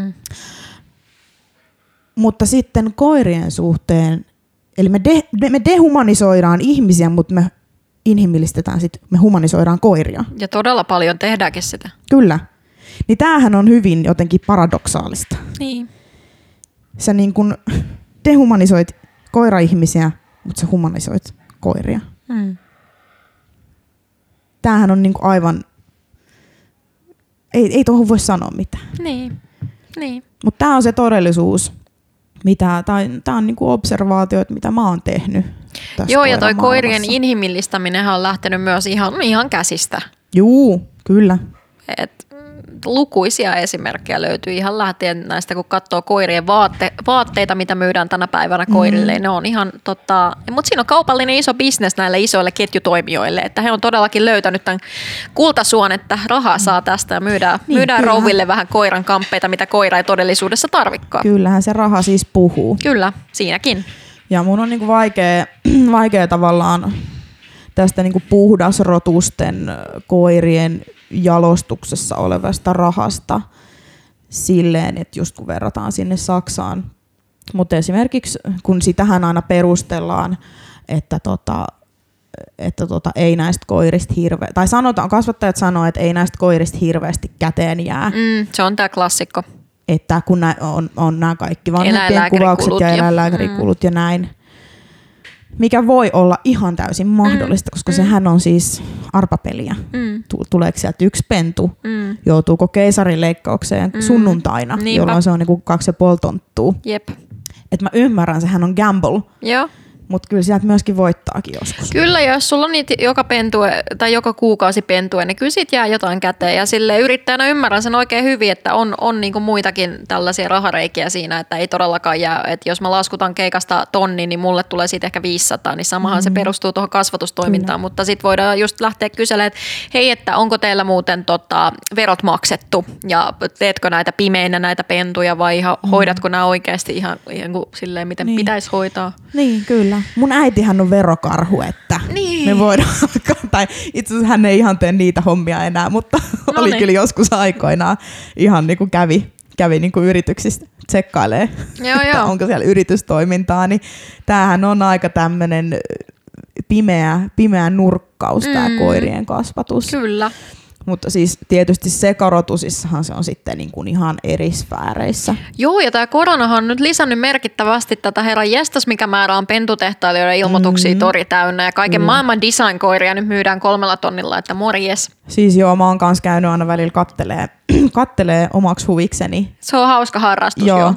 Mutta sitten koirien suhteen, eli me dehumanisoidaan ihmisiä, mutta me inhimillistetään sitten, me humanisoidaan koiria. Ja todella paljon tehdäänkin sitä. Kyllä. Niin tämähän on hyvin jotenkin paradoksaalista. Niin. Sä niin kuin dehumanisoit koira-ihmisiä, mutta sä humanisoit koiria. Tämähän on niin kuin aivan, ei tuohon voi sanoa mitään. Niin. Mutta tämä on se todellisuus, tämä on niin kuin observaatioit, mitä mä oon tehnyt. Joo, ja toi koirien inhimillistäminen on lähtenyt myös ihan käsistä. Juu, kyllä. Lukuisia esimerkkejä löytyy ihan lähtien näistä, kun katsoo koirien vaatteita, mitä myydään tänä päivänä koirille. Ne on ihan mutta siinä on kaupallinen iso bisnes näille isoille ketjutoimijoille, että he on todellakin löytänyt tämän kultasuon, että rahaa saa tästä ja myydään rouville vähän koiran kamppeita, mitä koira ei todellisuudessa tarvikaan. Kyllähän se raha siis puhuu. Kyllä, siinäkin. Ja mun on niinku vaikea tavallaan tästä niinku puhdasrotusten koirien jalostuksessa olevasta rahasta silleen, että just kun verrataan sinne Saksaan. Mutta esimerkiksi kun sitähän aina perustellaan, että ei näistä koirista tai kasvattajat sanoo, että ei näistä koirista hirveästi käteen jää. Se on tämä klassikko. Että kun on nämä kaikki vanhempien kuvaukset ja eläinlääkärikulut ja näin. Mikä voi olla ihan täysin mahdollista, koska sehän on siis arpapeliä. Tuleeko sieltä yksi pentu? Joutuuko keisarileikkaukseen sunnuntaina, jolloin se on niinku 2,5 tonttua? Jep. Et mä ymmärrän, sehän on gamble. Joo. Mutta kyllä sieltä myöskin voittaakin joskus. Kyllä, jos sulla on niitä joka kuukausi pentue, niin kyllä siitä jää jotain käteen. Ja sille yrittäjänä ymmärrän sen oikein hyvin, että on niinku muitakin tällaisia rahareikiä siinä, että ei todellakaan jää. Että jos mä laskutan keikasta tonni, niin mulle tulee siitä ehkä 500, niin samahan se perustuu tuohon kasvatustoimintaan. Kyllä. Mutta sitten voidaan just lähteä kyselemään, että hei, että onko teillä muuten verot maksettu ja teetkö näitä pimeinä näitä pentuja vai hoidatko nämä oikeasti ihan kuin silleen, miten pitäisi hoitaa? Niin, kyllä. Mun äitihän on verokarhu, että me voidaan tai itse asiassa hän ei ihan tee niitä hommia enää, mutta oli kyllä joskus aikoinaan ihan niin kuin kävi niin kuin yrityksistä tsekkailee, että onko siellä yritystoimintaa, niin tämähän on aika tämmöinen pimeä nurkkaus tämä koirien kasvatus. Kyllä. Mutta siis tietysti sekarotusissahan se on sitten niin kuin ihan eri sfääreissä. Joo, ja tämä koronahan on nyt lisännyt merkittävästi tätä herran jestas, mikä määrä on pentutehtailijoiden ilmoituksia tori täynnä. Ja kaiken maailman design-koiria nyt myydään 3 tonnilla, että morjes. Siis joo, mä oon kanssa käynyt aina välillä kattelee omaksi huvikseni. Se on hauska harrastus, joo.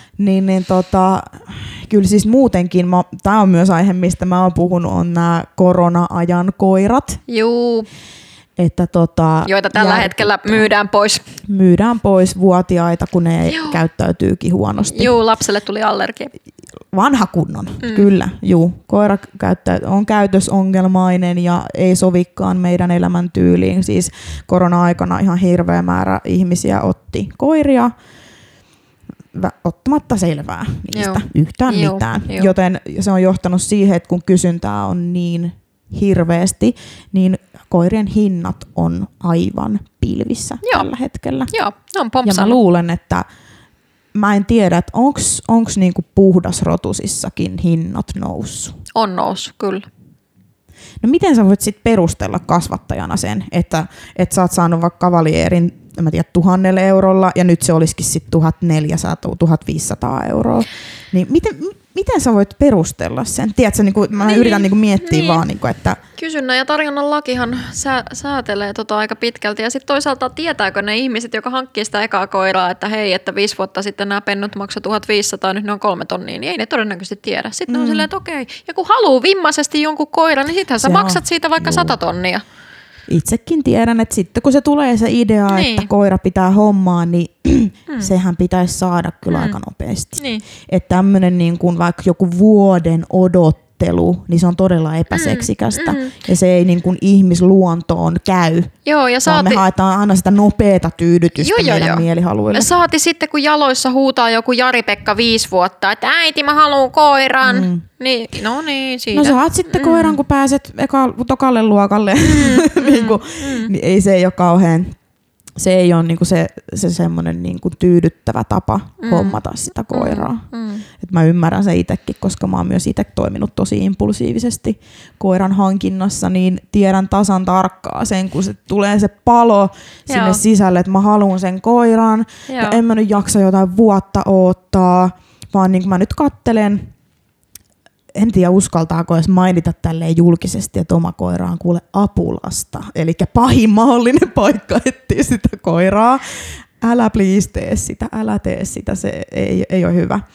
Kyllä siis muutenkin, tämä on myös aihe, mistä mä oon puhunut, on nämä korona-ajan koirat. Juu. Että joita tällä hetkellä myydään pois. Myydään pois vuotiaita, kun ne käyttäytyykin huonosti. Joo, lapselle tuli allergia. Vanha kunnon, kyllä. Juu. Koira on käytösongelmainen ja ei sovikaan meidän elämäntyyliin. Siis korona-aikana ihan hirveä määrä ihmisiä otti koiria ottamatta selvää niistä yhtään mitään. Joten se on johtanut siihen, että kun kysyntää on niin hirveästi, niin koirien hinnat on aivan pilvissä tällä hetkellä. Joo, on pompsannut. Ja mä luulen, että mä en tiedä, että onks niinku puhdasrotusissakin hinnat noussut. On noussut, kyllä. No miten sä voit sit perustella kasvattajana sen, että sä oot saanut vaikka kavalierin, en mä tiedä, 1 000 eurolla ja nyt se olisikin sit 1 500 €. Niin miten sä voit perustella sen? Tiedätkö, mä yritän miettiä vaan, että kysynnän ja tarjonnan lakihan säätelee aika pitkälti. Ja sitten toisaalta tietääkö ne ihmiset, jotka hankkii sitä ekaa koiraa, että hei, että 5 vuotta sitten nämä pennut maksoi 1 500, nyt ne on 3 tonnia, niin ei ne todennäköisesti tiedä. Sitten on silleen, että okei, ja kun haluaa vimmaisesti jonkun koiran, niin sittenhän sä maksat siitä vaikka 100 tonnia. Itsekin tiedän, että sitten kun se tulee se idea, että koira pitää hommaa, niin sehän pitäisi saada kyllä aika nopeasti. Niin. Että tämmöinen niin kuin vaikka joku vuoden odotte tavoittelu, niin se on todella epäseksikästä. Ja se ei niin kuin ihmisluontoon käy. Joo, ja vaan me haetaan aina sitä nopeata tyydytystä meidän mielihaluille. Saati sitten, kun jaloissa huutaa joku Jari-Pekka 5 vuotta, että äiti, mä haluun koiran. Niin, no niin, siitä. No saat sitten koiran, kun pääset tokalle luokalle. Niin ei se ei ole kauhean... Se ei ole niinku se semmoinen niinku tyydyttävä tapa hommata sitä koiraa. Et mä ymmärrän se itsekin, koska mä oon myös itse toiminut tosi impulsiivisesti koiran hankinnassa, niin tiedän tasan tarkkaa sen, kun se tulee se palo sinne sisälle, että mä haluan sen koiran. Ja en mä nyt jaksa jotain vuotta odottaa, vaan niin mä nyt kattelen. En tiedä, uskaltaako edes mainita tälleen julkisesti, että oma koira on kuule apulasta. Eli pahin mahdollinen paikka etsiä sitä koiraa. Älä please tee sitä, älä tee sitä, se ei ole hyvä.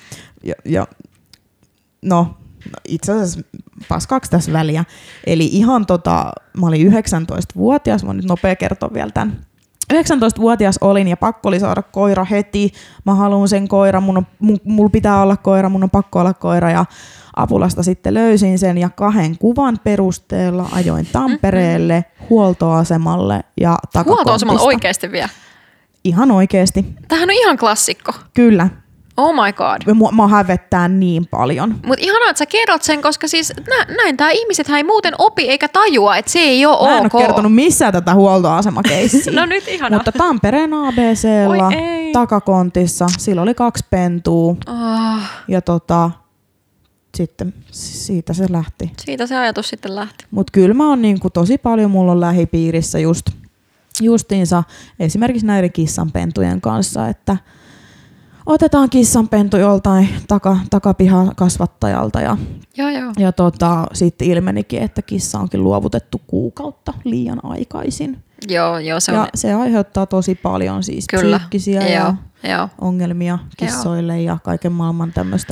No itse asiassa paskaksi tässä väliä. Eli ihan mä olin 19-vuotias, mä oon nyt nopea kertoa vielä tämän. 19-vuotias olin ja pakko oli saada koira heti. Mä haluan sen koiran, mulla pitää olla koira, mun on pakko olla koira ja apulasta sitten löysin sen ja 2 kuvan perusteella ajoin Tampereelle huoltoasemalle ja takakontista. Huoltoasemalle oikeasti vielä? Ihan oikeasti. Tämähän on ihan klassikko. Kyllä. Oh my god. Mä hävettää niin paljon. Mutta ihanaa, että sä kerrot sen, koska siis näin tää ihmiset ei muuten opi eikä tajua, että se ei ole ok. Mä en ole kertonut missään tätä huoltoasemakeissiä. No nyt ihanaa. Mutta Tampereen ABC:lla takakontissa, sillä oli 2 pentua. Ja sitten siitä se lähti. Siitä se ajatus sitten lähti. Mutta kyllä mä oon niinku tosi paljon, mulla on lähipiirissä justiinsa esimerkiksi näiden kissanpentujen kanssa, että otetaan kissanpentu joltain takapihan kasvattajalta ja sitten ilmenikin, että kissa onkin luovutettu kuukautta liian aikaisin. Joo, se aiheuttaa tosi paljon siis psyykkisiä ja ongelmia kissoille ja kaiken maailman tämmöistä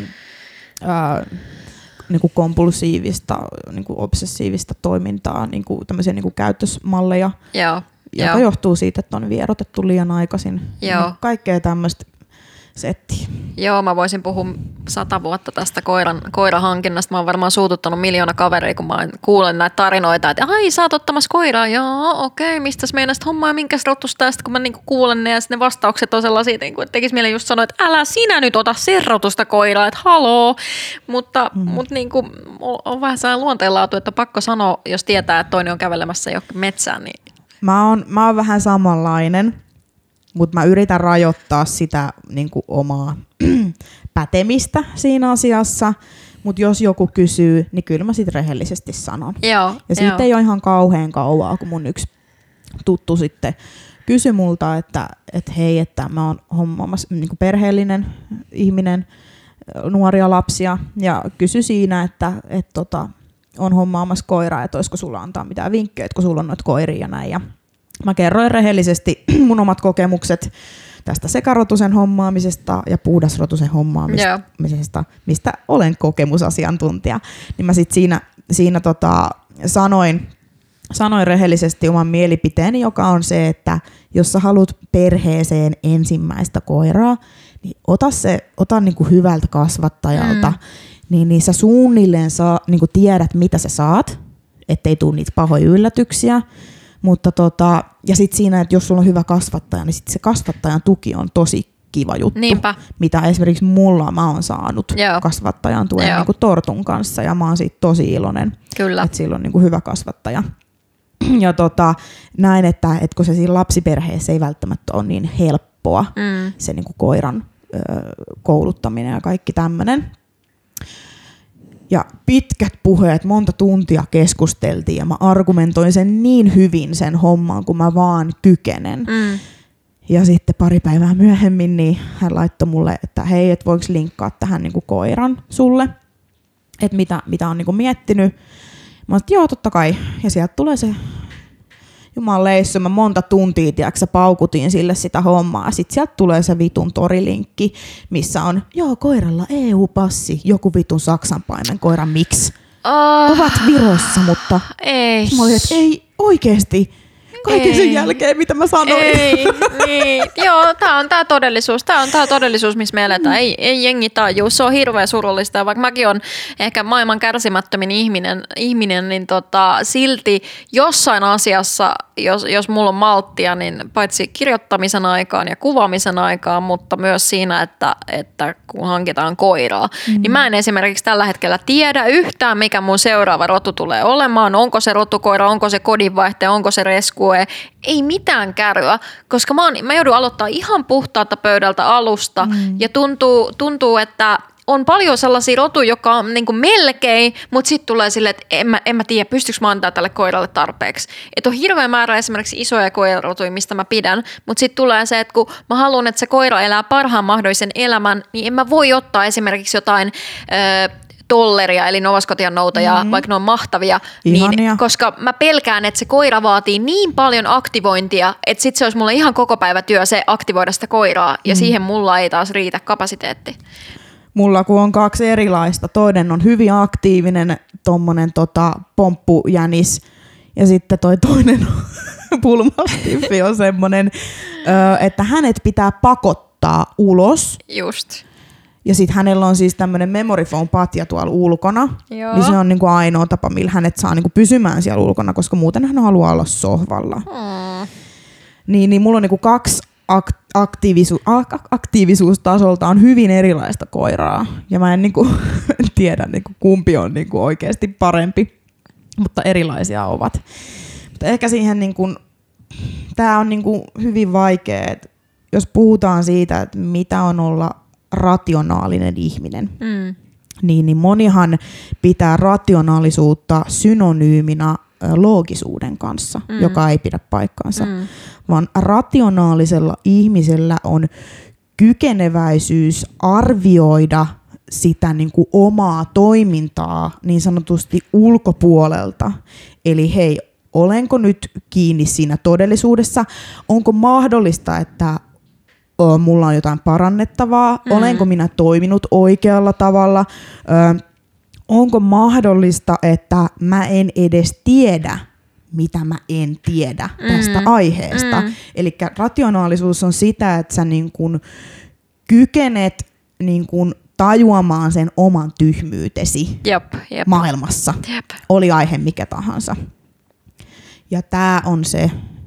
niinku kompulsiivista, niinku obsessiivista toimintaa, niinku tämmöisiä niinku käytösmalleja, joka johtuu siitä, että on vierotettu liian aikaisin. Kaikkea tämmöistä settiä. Joo, mä voisin puhua 100 vuotta tästä koiran hankinnasta. Mä oon varmaan suututtanut 1,000,000 kaveria, kun mä kuulen näitä tarinoita, että ai sä oot ottamassa koiraa, joo okei, mistäs meinasit hommaa ja minkäs rotusta, ja sitten kun mä niinku kuulen ne ja sitten ne vastaukset on sellaisia, että tekis mieleen just sanoa, että älä sinä nyt ota sen rotusta koiraa, että haloo, mutta niinku on vähän sellainen luonteenlaatu, että pakko sanoa, jos tietää, että toinen on kävelemässä jo metsään. Niin... Mä oon vähän samanlainen. Mutta mä yritän rajoittaa sitä niinku omaa pätemistä siinä asiassa. Mutta jos joku kysyy, niin kyllä mä sitten rehellisesti sanon. Ja siitä ei ole ihan kauhean kauaa, kun mun yksi tuttu sitten kysyi multa, että hei, että mä oon hommaamassa niinku perheellinen ihminen, nuoria lapsia. Ja kysyi siinä, että on hommaamassa koiraa, että olisiko sulla antaa mitään vinkkejä, että kun sulla on noita koiria ja näin. Ja mä kerroin rehellisesti mun omat kokemukset tästä sekarotusen hommaamisesta ja puhdasrotusen hommaamisesta, mistä olen kokemusasiantuntija. Niin mä sitten siinä sanoin rehellisesti oman mielipiteeni, joka on se, että jos sä haluat perheeseen ensimmäistä koiraa, niin ota niinku hyvältä kasvattajalta, niin sä suunnilleen niinku tiedät, mitä sä saat, ettei tule niitä pahoja yllätyksiä. Mutta ja sitten siinä, että jos sulla on hyvä kasvattaja, niin sitten se kasvattajan tuki on tosi kiva juttu. Niinpä. Mitä esimerkiksi mä oon saanut kasvattajan tuen niin kuin Tortun kanssa ja mä oon siitä tosi iloinen, että sillä on niin kuin hyvä kasvattaja. Ja näin, että kun se siinä lapsiperheessä ei välttämättä ole niin helppoa se niin kuin koiran kouluttaminen ja kaikki tämmöinen. Ja pitkät puheet, monta tuntia keskusteltiin ja mä argumentoin sen niin hyvin sen homman, kun mä vaan kykenen. Ja sitten pari päivää myöhemmin niin hän laittoi mulle, että hei, et voiko linkkaa tähän niinku koiran sulle, että mitä on niinku miettinyt. Mä sanoin, joo, totta kai. Ja sieltä tulee se jumaleissu, mä monta tuntia paukutin sille sitä hommaa. Sitten sieltä tulee se vitun torilinkki, missä on, joo, koiralla EU-passi, joku vitun saksanpaimen koira, miksi? Ovat Virossa, mutta ei. Mä olin, että ei oikeesti. kaiken sen jälkeen, mitä mä sanoin. Ei, niin. Joo, tää on tää todellisuus. Tää on tää todellisuus, missä me eletään. Ei jengi tajuu. Se on hirveän surullista. Ja vaikka mäkin on ehkä maailman kärsimättömin ihminen niin silti jossain asiassa, jos mulla on malttia, niin paitsi kirjoittamisen aikaan ja kuvaamisen aikaan, mutta myös siinä, että kun hankitaan koiraa, niin mä en esimerkiksi tällä hetkellä tiedä yhtään, mikä mun seuraava rotu tulee olemaan. Onko se rotukoira, onko se kodinvaihtaja, onko se reskue. Ei mitään kärryä, koska mä joudun aloittaa ihan puhtaalta pöydältä alusta ja tuntuu, että on paljon sellaisia rotuja, joka on niin kuin melkein, mutta sitten tulee silleen, että en mä tiedä, pystyykö mä antaa tälle koiralle tarpeeksi. Että on hirveä määrä esimerkiksi isoja koirarotuja, mistä mä pidän, mutta sitten tulee se, että kun mä haluan, että se koira elää parhaan mahdollisen elämän, niin en mä voi ottaa esimerkiksi jotain tolleria, eli Nova Scotian noutajaa, vaikka ne on mahtavia, niin, koska mä pelkään, että se koira vaatii niin paljon aktivointia, että sitten se olisi mulle ihan koko päivä työ se aktivoida sitä koiraa, ja siihen mulla ei taas riitä kapasiteetti. Mulla kun on 2 erilaista, toinen on hyvin aktiivinen tommonen pomppujänis ja sitten toi toinen pulmastiffi on semmonen, että hänet pitää pakottaa ulos. Just. Ja sitten hänellä on siis tämmönen memory foam patja tuolla ulkona. Joo. Niin se on niinku ainoa tapa, millä hänet saa niinku pysymään siellä ulkona, koska muuten hän haluaa olla sohvalla. Niin mulla on niinku 2 aktiivisuustasolta on hyvin erilaista koiraa. Ja mä en tiedä kumpi on oikeasti parempi, mutta erilaisia ovat. Mutta ehkä siihen tää on hyvin vaikea, jos puhutaan siitä, että mitä on olla rationaalinen ihminen. Niin monihan pitää rationaalisuutta synonyyminä loogisuuden kanssa, joka ei pidä paikkaansa, vaan rationaalisella ihmisellä on kykeneväisyys arvioida sitä omaa toimintaa niin sanotusti ulkopuolelta. Eli hei, olenko nyt kiinni siinä todellisuudessa? Onko mahdollista, että mulla on jotain parannettavaa? Olenko minä toiminut oikealla tavalla? Onko mahdollista, että mä en edes tiedä, mitä mä en tiedä tästä aiheesta? Eli rationaalisuus on sitä, että sä kykenet tajuamaan sen oman tyhmyytesi maailmassa. Jep. Oli aihe mikä tahansa. Ja tää on se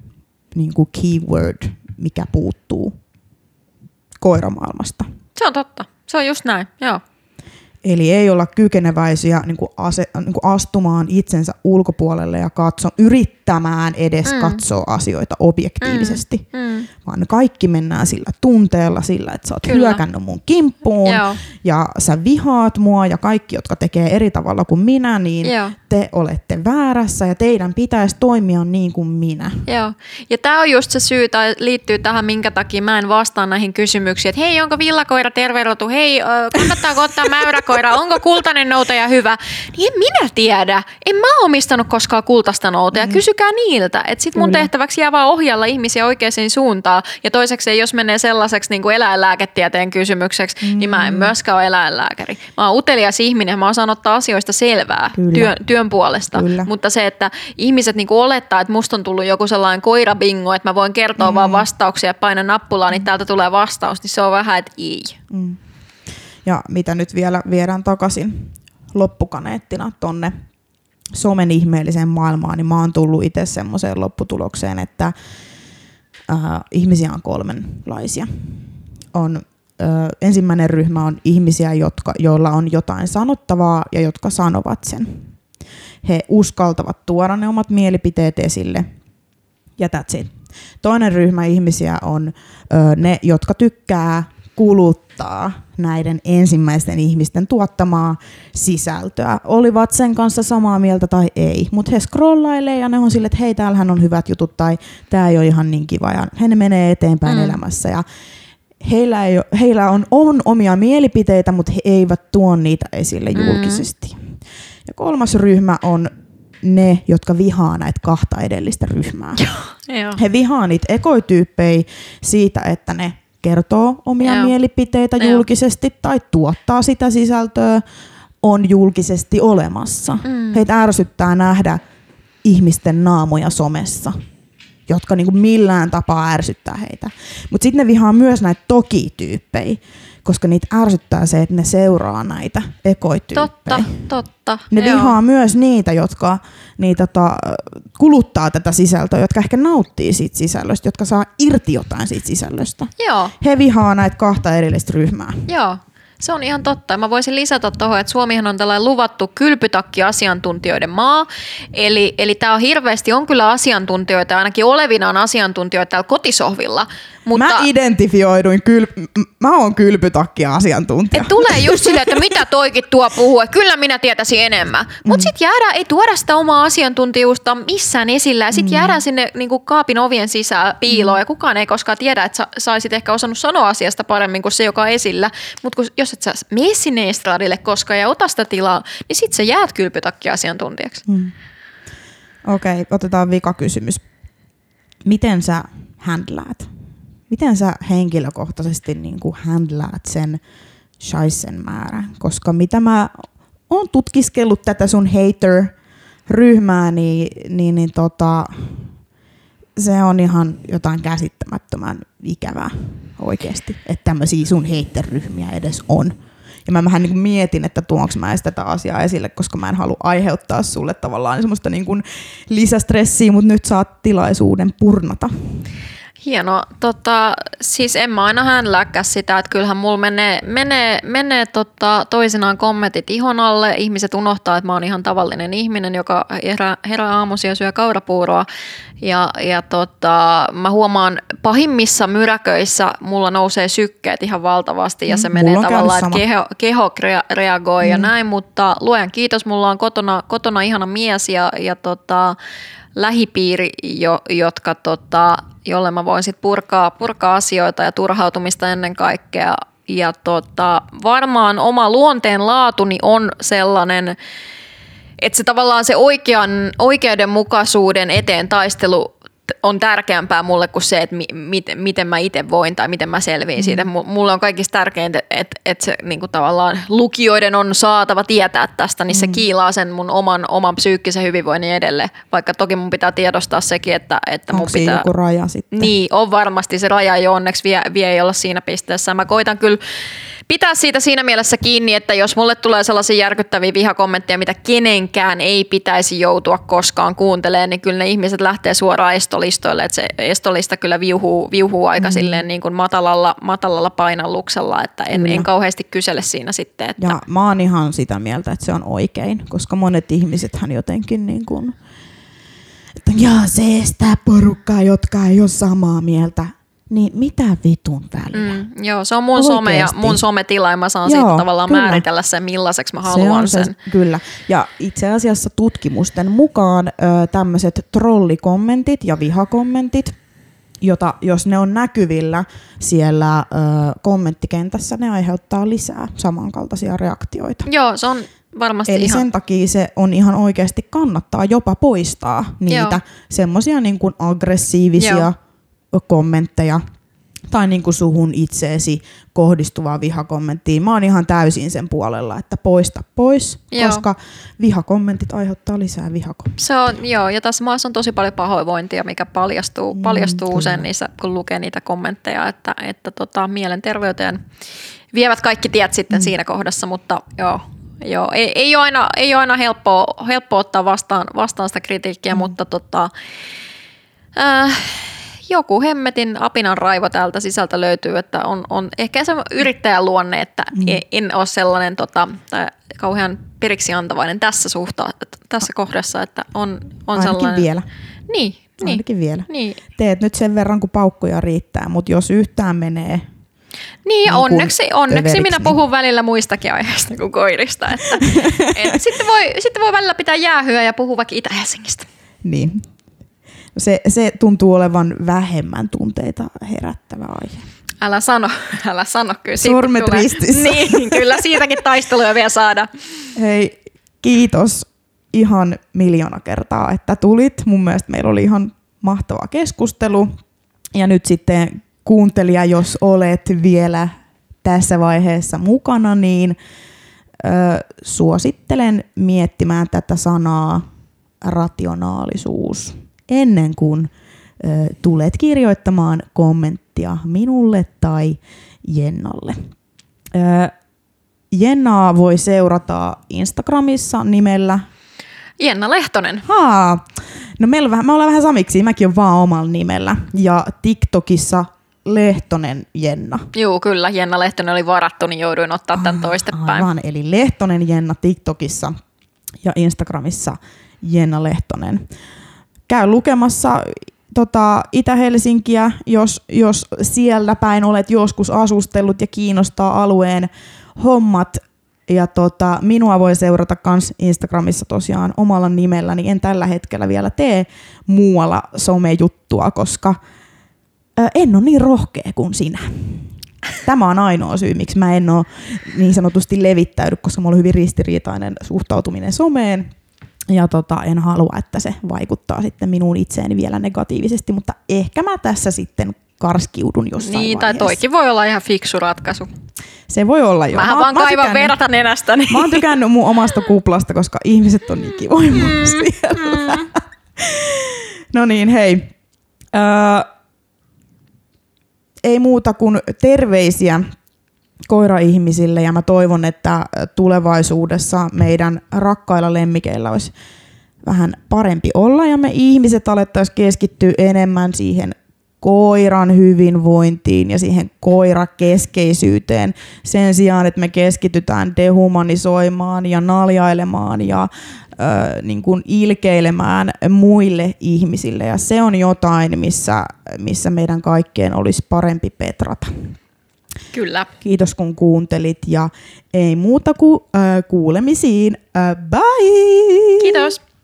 keyword, mikä puuttuu koiramaailmasta. Se on totta. Se on just näin, joo. Eli ei olla kykeneväisiä astumaan itsensä ulkopuolelle ja yrittämään edes katsoa asioita objektiivisesti. Vaan kaikki mennään sillä tunteella, sillä, että sä oot hyökännyt mun kimppuun ja sä vihaat mua ja kaikki, jotka tekee eri tavalla kuin minä, niin te olette väärässä ja teidän pitäisi toimia niin kuin minä. Joo. Ja tää on just se syy, tai liittyy tähän, minkä takia mä en vastaa näihin kysymyksiin, että hei, onko villakoira terverotu, hei, kannattaako ottaa mäyräkoira, onko kultainen noutaja hyvä, niin en minä tiedä. En mä omistanut koskaan kultaista noutajaa, kysykää niiltä. Että sit mun tehtäväksi jää vaan ohjalla ihmisiä oikeaan suuntaan. Ja toiseksi, jos menee sellaiseksi niin kuin eläinlääketieteen kysymykseksi, niin mä en myöskään ole eläinlääkäri. Mä oon utelias ihminen, mä osaan ottaa asioista selvää työn puolesta. Kyllä. Mutta se, että ihmiset niin kuin olettaa, että musta on tullut joku sellainen koirabingo, että mä voin kertoa vaan vastauksia ja paina nappulaa, niin täältä tulee vastaus, niin se on vähän, että ei. Ja mitä nyt vielä viedään takaisin loppukaneettina tonne somen ihmeelliseen maailmaan, niin mä oon tullut itse semmoiseen lopputulokseen, että ihmisiä on 3 ensimmäinen ryhmä on ihmisiä, joilla on jotain sanottavaa ja jotka sanovat sen. He uskaltavat tuoda ne omat mielipiteet esille ja that's it. Toinen ryhmä ihmisiä on ne, jotka tykkää kuluttaa näiden ensimmäisten ihmisten tuottamaa sisältöä. Olivat sen kanssa samaa mieltä tai ei, mutta he scrollailee ja ne on sille, että hei, täällähän on hyvät jutut tai tää ei ole ihan niin kiva ja he menee eteenpäin elämässä ja heillä on omia mielipiteitä, mutta he eivät tuo niitä esille julkisesti. Ja 3. ryhmä on ne, jotka vihaa näitä 2 edellistä ryhmää. He vihaa niitä ekotyyppejä siitä, että ne kertoo omia mielipiteitä julkisesti tai tuottaa sitä sisältöä, on julkisesti olemassa. Heitä ärsyttää nähdä ihmisten naamoja somessa. jotka niinku millään tapaa ärsyttää heitä. Mutta sitten ne vihaa myös näitä toki-tyyppejä, koska niitä ärsyttää se, että ne seuraa näitä ekoi-tyyppejä. Totta. Ne vihaa myös niitä, jotka kuluttaa tätä sisältöä, jotka ehkä nauttii siitä sisällöstä, jotka saa irti jotain siitä sisällöstä. Joo. He vihaa näitä kahta erillistä ryhmää. Joo. Se on ihan totta. Ja mä voisin lisätä tuohon, että Suomihan on tällainen luvattu kylpytakki-asiantuntijoiden maa. Eli tää on hirveästi, on kyllä asiantuntijoita, ainakin olevinaan asiantuntijoita täällä kotisohvilla. Mutta mä identifioiduin, mä oon kylpytakki-asiantuntija. Tulee just silleen, että mitä toikin tuo puhuu, että kyllä minä tietäisin enemmän. Mutta sitten ei tuoda sitä omaa asiantuntijuutta missään esillä ja sitten jäädään sinne niinku kaapin ovien sisään piiloon ja kukaan ei koskaan tiedä, että sä olisit ehkä osannut sanoa asiasta paremmin kuin se, joka on esillä. Mutta jos et sä mene sinne estradille koskaan ja ota sitä tilaa, niin sitten sä jäät kylpytakki-asiantuntijaksi. Okei, otetaan vikakysymys. Miten sä handlaat? Miten sä henkilökohtaisesti niin kuin handlaat sen shaisen määrän? Koska mitä mä oon tutkiskellut tätä sun hater-ryhmää, niin se on ihan jotain käsittämättömän ikävää oikeasti, että tämmöisiä sun hater-ryhmiä edes on. Ja mä vähän niin kuin mietin, että tuonko mä edes tätä asiaa esille, koska mä en halua aiheuttaa sulle tavallaan semmoista niin kuin lisästressiä, mutta nyt saat tilaisuuden purnata. Hieno. Siis en mä aina handlääkään sitä, että kyllähän mulla menee toisinaan kommentit ihon alle. Ihmiset unohtaa, että mä oon ihan tavallinen ihminen, joka herää aamuisin ja syö kaurapuuroa. Ja mä huomaan pahimmissa myräköissä mulla nousee sykkeet ihan valtavasti ja se menee tavallaan, että keho reagoi ja näin. Mutta luojan kiitos, mulla on kotona ihana mies ja lähipiiri, jolle mä voin sit purkaa asioita ja turhautumista ennen kaikkea. Ja varmaan oma luonteenlaatuni on sellainen, että se tavallaan se oikeudenmukaisuuden eteen taistelu on tärkeämpää mulle kuin se, että miten mä itse voin tai miten mä selviin siitä. Mulle on kaikista tärkeintä, että se niinku tavallaan lukijoiden on saatava tietää tästä, niin se kiilaa sen mun oman psyykkisen hyvinvoinnin edelle. Vaikka toki mun pitää tiedostaa sekin, että mun pitää... Onko joku raja sitten? Niin, on varmasti. Se raja ei ole onneksi vie ei olla siinä pisteessä. Mä koitan kyllä pitää siitä siinä mielessä kiinni, että jos mulle tulee sellaisia järkyttäviä vihakommentteja, mitä kenenkään ei pitäisi joutua koskaan kuuntelemaan, niin kyllä ne ihmiset lähtee suoraan estolistoille, että se estolista kyllä viuhuu aika silleen niin kuin matalalla painalluksella, että en kauheasti kysele siinä sitten. Että... Ja mä oon ihan sitä mieltä, että se on oikein, koska monet ihmisethän jotenkin niin kuin, että se estää porukkaa, jotka ei ole samaa mieltä. Niin mitä vitun väliä? Joo, se on mun some ja mun sometila ja mä saan siitä tavallaan määritellä sen, millaiseksi mä haluan sen. Kyllä. Ja itse asiassa tutkimusten mukaan tämmöiset trollikommentit ja vihakommentit, jota jos ne on näkyvillä siellä kommenttikentässä, ne aiheuttaa lisää samankaltaisia reaktioita. Joo, se on varmasti eli sen takia se on ihan oikeasti kannattaa jopa poistaa niitä semmoisia niin kuin aggressiivisia kommentteja tai niin kuin suhun itseesi kohdistuvaa vihakommenttia. Mä oon ihan täysin sen puolella, että poista pois, koska vihakommentit aiheuttaa lisää vihakommentteja. Se on, ja tässä maassa on tosi paljon pahoinvointia, mikä paljastuu usein niissä, kun lukee niitä kommentteja, että mielenterveyteen vievät kaikki tiet sitten siinä kohdassa, mutta ei ole aina helppoa ottaa vastaan sitä kritiikkiä, mutta joku hemmetin apinan raivo täältä sisältä löytyy, että on ehkä se yrittäjän luonne, että en ole sellainen kauhean periksi antavainen tässä kohdassa, että on ainakin sellainen. Vielä. Niin. Ainakin vielä. Niin. Teet nyt sen verran, kun paukkuja riittää, mutta jos yhtään menee... Niin, onneksi minä puhun välillä muistakin aiheista kuin koirista. Että sitten voi välillä pitää jäähyä ja puhua vaikka Itä-Helsingistä. Niin. Se tuntuu olevan vähemmän tunteita herättävä aihe. Älä sano kyllä. Sormet ristissä. Niin, kyllä siitäkin taisteluja vielä saada. Hei, kiitos ihan 1,000,000 kertaa, että tulit. Mun mielestä meillä oli ihan mahtava keskustelu. Ja nyt sitten kuuntelija, jos olet vielä tässä vaiheessa mukana, niin suosittelen miettimään tätä sanaa rationaalisuus ennen kuin tulet kirjoittamaan kommenttia minulle tai Jennalle. Jennaa voi seurata Instagramissa nimellä Jenna Lehtonen. No me ollaan vähän samiksi, mäkin olen vaan omalla nimellä. Ja TikTokissa Lehtonen Jenna. Joo, kyllä. Jenna Lehtonen oli varattu, niin jouduin ottaa tämän toistepäin. Aivan, eli Lehtonen Jenna TikTokissa ja Instagramissa Jenna Lehtonen. Käy lukemassa Itä-Helsinkiä, jos siellä päin olet joskus asustellut ja kiinnostaa alueen hommat. Ja minua voi seurata kans Instagramissa tosiaan omalla nimelläni. En tällä hetkellä vielä tee muualla somejuttua, koska en ole niin rohkea kuin sinä. Tämä on ainoa syy, miksi mä en ole niin sanotusti levittäydy, koska mulla on hyvin ristiriitainen suhtautuminen someen. Ja en halua, että se vaikuttaa sitten minuun itseeni vielä negatiivisesti, mutta ehkä mä tässä sitten karskiudun jossain vaiheessa. Tai toikin voi olla ihan fiksu ratkaisu. Se voi olla jo. Mähän vaan kaivan verta nenästäni. Mä oon tykännyt mun omasta kuplasta, koska ihmiset on niin kivoja siellä. No niin, hei. Ei muuta kuin terveisiä koira-ihmisille ja mä toivon, että tulevaisuudessa meidän rakkailla lemmikeillä olisi vähän parempi olla ja me ihmiset alettaisiin keskittyä enemmän siihen koiran hyvinvointiin ja siihen koirakeskeisyyteen sen sijaan, että me keskitytään dehumanisoimaan ja naljailemaan ja niin kuin ilkeilemään muille ihmisille. Ja se on jotain, missä meidän kaikkien olisi parempi petrata. Kyllä. Kiitos kun kuuntelit ja ei muuta kuin kuulemisiin. Bye! Kiitos!